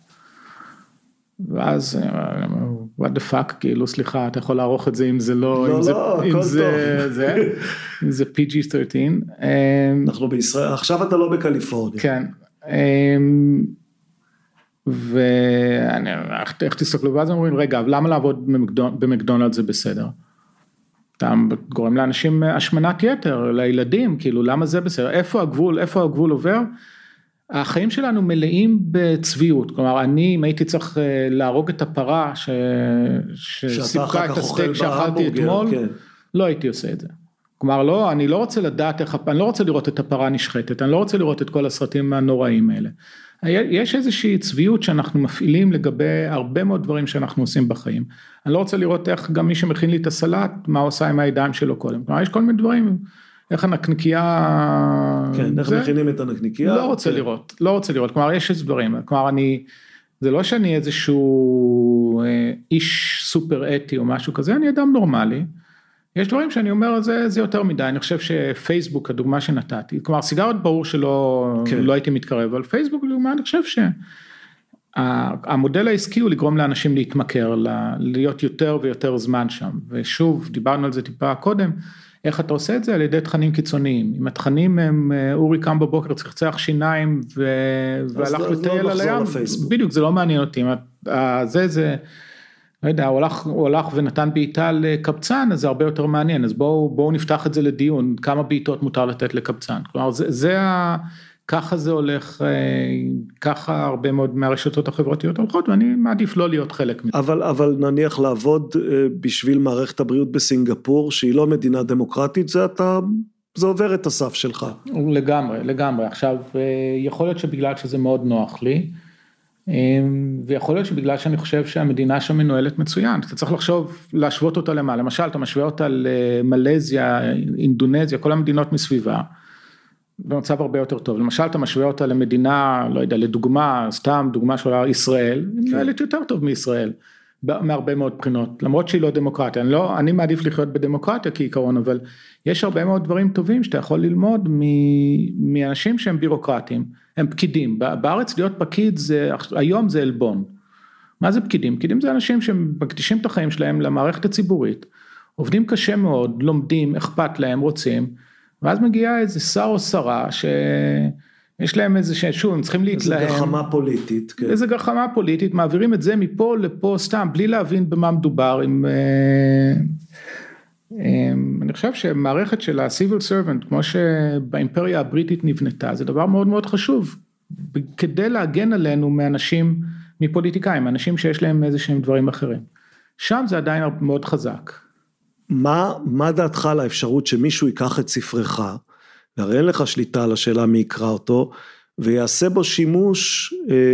ואז, what the fuck, כאילו, סליחה, אתה יכול לערוך את זה אם זה לא, אם זה PG-13. אנחנו בישראל, עכשיו אתה לא בקליפורניה. כן, איך תסתכלו, ואז אומרים, רגע, למה לעבוד במקדונלד זה בסדר? אתה גורם לאנשים השמנת יתר, לילדים, כאילו, למה זה בסדר? איפה הגבול עובר? החיים שלנו מלאים בצביעות, כלומר, אם הייתי צריך להרוג את הפרה שסיפקה את הסטייק שאכלתי אתמול, לא הייתי עושה את זה. כלומר, לא, אני לא רוצה לדעת אני לא רוצה לראות את הפרה נשחטת, אני לא רוצה לראות את כל הסרטים הנוראים האלה. יש איזושהי צביעות שאנחנו מפעילים לגבי הרבה מאוד דברים שאנחנו עושים בחיים. אני לא רוצה לראות איך גם מי שמכין לי את הסלט, מה עושה עם הידיים שלו קודם. כלומר, יש כל מיני דברים, איך הנקניקייה... כן, איך מכינים את הנקניקייה. לא רוצה לראות, לא רוצה לראות. כלומר, יש איזה דברים. כלומר, זה לא שאני איזשהו איש סופר אתי או משהו כזה, אני אדם נורמלי. יש דברים שאני אומר, זה יותר מדי, אני חושב שפייסבוק, הדוגמה שנתתי, כלומר, סיגרות ברור שלא לא הייתי מתקרב, אבל פייסבוק, לדוגמה, אני חושב שהמודל העסקי הוא לגרום לאנשים להתמכר, להיות יותר ויותר זמן שם, ושוב, דיברנו על זה טיפה קודם, איך אתה עושה את זה? על ידי תכנים קיצוניים, אם התכנים הם, אורי קם בבוקר, צחצח שיניים, והלך לטייל על הים, בדיוק, זה לא מעניין אותי, לא יודע, הוא הלך ונתן בעיטה לקבצן, אז זה הרבה יותר מעניין, אז בואו נפתח את זה לדיון, כמה בעיטות מותר לתת לקבצן, כלומר, ככה זה הולך, ככה הרבה מאוד מהרשתות החברתיות הולכות, ואני מעדיף לא להיות חלק מזה. אבל נניח לעבוד בשביל מערכת הבריאות בסינגפור, שהיא לא מדינה דמוקרטית, זה עובר את הסף שלך. לגמרי, עכשיו, יכול להיות שבגלל שזה מאוד נוח לי, ויכול להיות שבגלל שאני חושב שהמדינה שם מנוהלת מצוין, אתה צריך להשוות אותה למה, למשל אתה משווה אותה למלזיה, אינדונזיה, כל המדינות מסביבה, במצב הרבה יותר טוב, למשל אתה משווה אותה למדינה, לא יודע, לדוגמה, סתם דוגמה של ישראל, היא מנהלת יותר טוב מישראל, מהרבה מאוד בחינות, למרות שהיא לא דמוקרטיה, אני מעדיף לחיות בדמוקרטיה כעיקרון, אבל יש הרבה מאוד דברים טובים שאתה יכול ללמוד מאנשים שהם בירוקרטים, הם פקידים, בארץ להיות פקיד היום זה אלבון, מה זה פקידים? פקידים זה אנשים שמקדישים את החיים שלהם למערכת הציבורית, עובדים קשה מאוד, לומדים, אכפת להם, רוצים, ואז מגיעה איזה שר או שרה יש להם איזה שוב, הם צריכים להתלהם. איזה גחמה פוליטית. כן. איזה גחמה פוליטית, מעבירים את זה מפה לפה סתם, בלי להבין במה מדובר. אני חושב שמערכת של ה-Civil Servant, כמו שבאימפריה הבריטית נבנתה, זה דבר מאוד מאוד חשוב, כדי להגן עלינו מאנשים, מפוליטיקאים, אנשים שיש להם איזה שהם דברים אחרים. שם זה עדיין מאוד חזק. מה דעתך על האפשרות שמישהו ייקח את ספרך, והרי אין לך שליטה על השאלה מי יקרא אותו, ויעשה בו שימוש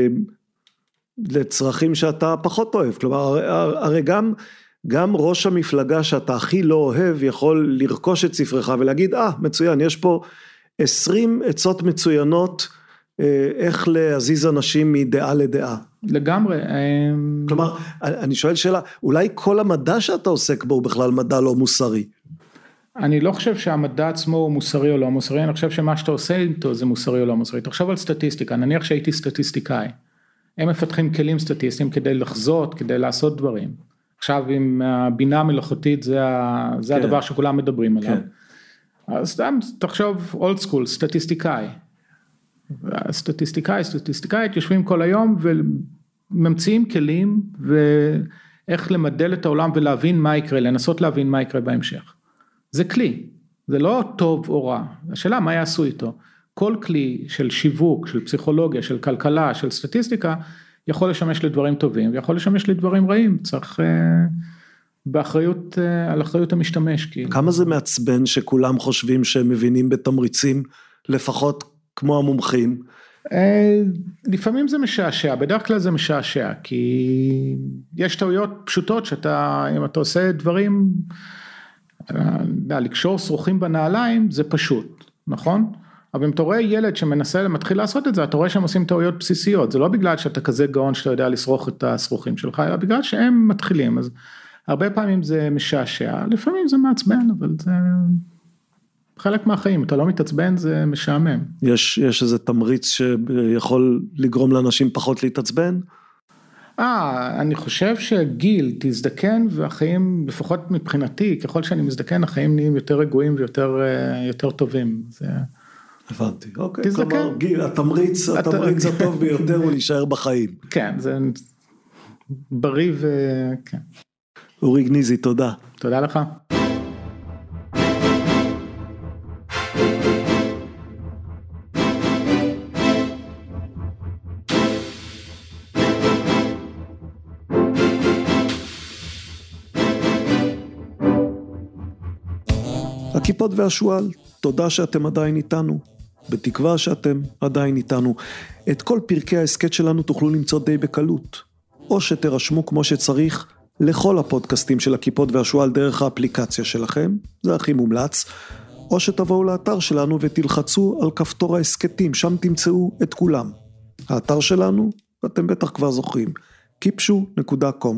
לצרכים שאתה פחות אוהב, כלומר, הרי גם ראש המפלגה שאתה הכי לא אוהב, יכול לרכוש את ספרך ולהגיד, מצוין, יש פה 20 עצות מצוינות, איך להזיז אנשים מדעה לדעה. לגמרי. כלומר, אני שואל שאלה, אולי כל המדע שאתה עוסק בו הוא בכלל מדע לא מוסרי? אני לא חושב שהמדע עצמו הוא מוסרי או לא מוסרי, אני חושב שמה שאתה עושה איתו זה מוסרי או לא מוסרי. תחשוב על סטטיסטיקה, נניח שהייתי סטטיסטיקאי, הם מפתחים כלים סטטיסטיים כדי לחזות, כדי לעשות דברים. עכשיו עם הבינה המלאכותית זה הדבר שכולם מדברים עליו. אז סתם תחשוב אולד סקול, סטטיסטיקאי. סטטיסטיקאית יושבים כל היום וממציאים כלים ואיך למדל את העולם ולהבין מה יקרה, לנסות להבין מה יקרה בהמשך. זה כלי, זה לא טוב או רע, השאלה מה יעשו איתו. כל כלי של שיווק, של פסיכולוגיה, של כלכלה, של סטטיסטיקה, יכול לשמש לדברים טובים, ויכול לשמש לדברים רעים, צריך באחריות, על אחריות המשתמש. כמה זה מעצבן שכולם חושבים שהם מבינים בתמריצים, לפחות כמו המומחים? לפעמים זה משעשע, בדרך כלל זה משעשע, כי יש טעויות פשוטות שאתה, אם אתה עושה דברים, לקשור שרוכים בנעליים, זה פשוט, נכון? אבל אם אתה רואה ילד שמנסה, מתחיל לעשות את זה, אתה רואה שהם עושים טעויות בסיסיות, זה לא בגלל שאתה כזה גאון שאתה יודע לשרוך את השרוכים שלך, אלא בגלל שהם מתחילים, אז הרבה פעמים זה משעשע, לפעמים זה מעצבן, אבל זה חלק מהחיים, אתה לא מתעצבן, זה משעמם. יש איזה תמריץ שיכול לגרום לאנשים פחות להתעצבן? אני חושב שגיל תזדקן, והחיים, לפחות מבחינתי, ככל שאני מזדקן, החיים נהיים יותר רגועים ויותר טובים, זה... הבנתי, אוקיי, כלומר, גיל, התמריץ הטוב ביותר הוא להישאר בחיים. כן, זה בריא וכן. אורי גניזי, תודה. תודה לך. הכיפות והשואל, תודה שאתם עדיין איתנו, בתקווה שאתם עדיין איתנו. את כל פרקי העסקת שלנו תוכלו למצוא די בקלות, או שתרשמו כמו שצריך לכל הפודקאסטים של הכיפות והשואל דרך האפליקציה שלכם, זה הכי מומלץ, או שתבואו לאתר שלנו ותלחצו על כפתור העסקתים, שם תמצאו את כולם. האתר שלנו, ואתם בטח כבר זוכרים, kipshu.com,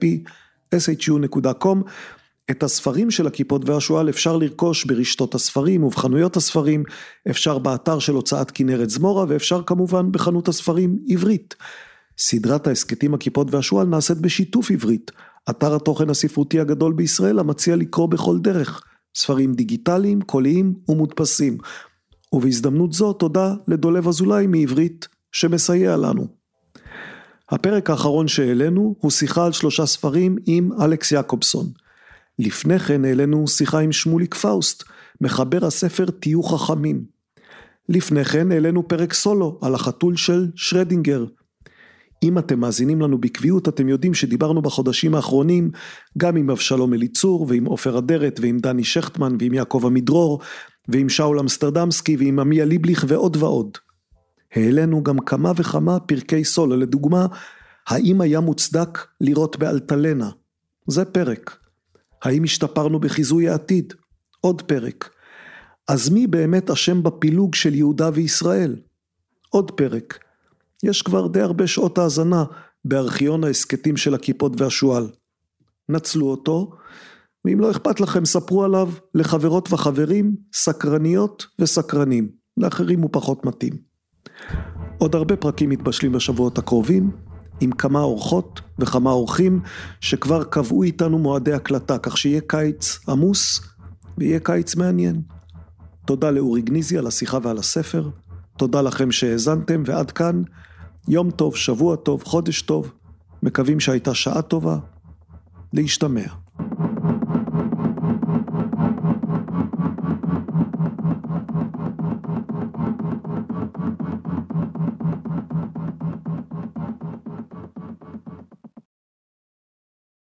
kipshu.com. את הספרים של הכיפות והשואל אפשר לרכוש ברשתות הספרים ובחנויות הספרים, אפשר באתר של הוצאת כנרת זמורה, ואפשר כמובן בחנות הספרים עברית. סדרת העסקתים הכיפות והשואל נעשית בשיתוף עברית, אתר התוכן הספרותי הגדול בישראל המציע לקרוא בכל דרך, ספרים דיגיטליים, קוליים ומודפסים. ובהזדמנות זו תודה לדולב אזולאי מעברית שמסייע לנו. הפרק האחרון שהעלינו הוא שיחה על 3 ספרים עם אלכס יעקובסון. לפני כן העלינו שיחה עם שמוליק פאוסט, מחבר הספר תהיו חכמים. לפני כן העלינו פרק סולו על החתול של שרדינגר. אם אתם מאזינים לנו בקביעות, אתם יודעים שדיברנו בחודשים האחרונים גם עם אבשלום אליצור ועם עופר אדרת ועם דני שכטמן ועם יעקב עמידרור ועם שאול אמסטרדמסקי ועם עמיה ליבליך ועוד ועוד. העלינו גם כמה וכמה פרקי סולו, לדוגמה, האם היה מוצדק לראות באלטלנה? זה פרק. האם השתפרנו בחיזוי העתיד? עוד פרק. אז מי באמת אשם בפילוג של יהודה וישראל? עוד פרק. יש כבר די הרבה שעות האזנה בארכיון העסקתים של הכיפות והשואל. נצלו אותו, ואם לא אכפת לכם ספרו עליו לחברות וחברים, סקרניות וסקרנים. לאחרים הוא פחות מתאים. עוד הרבה פרקים מתבשלים בשבועות הקרובים, עם כמה אורחות וכמה אורחים שכבר קבעו איתנו מועדי הקלטה, כך שיהיה קיץ עמוס ויהיה קיץ מעניין. תודה לאורי גניזי על השיחה ועל הספר, תודה לכם שהאזנתם, ועד כאן יום טוב, שבוע טוב, חודש טוב, מקווים שהייתה שעה טובה, להשתמע.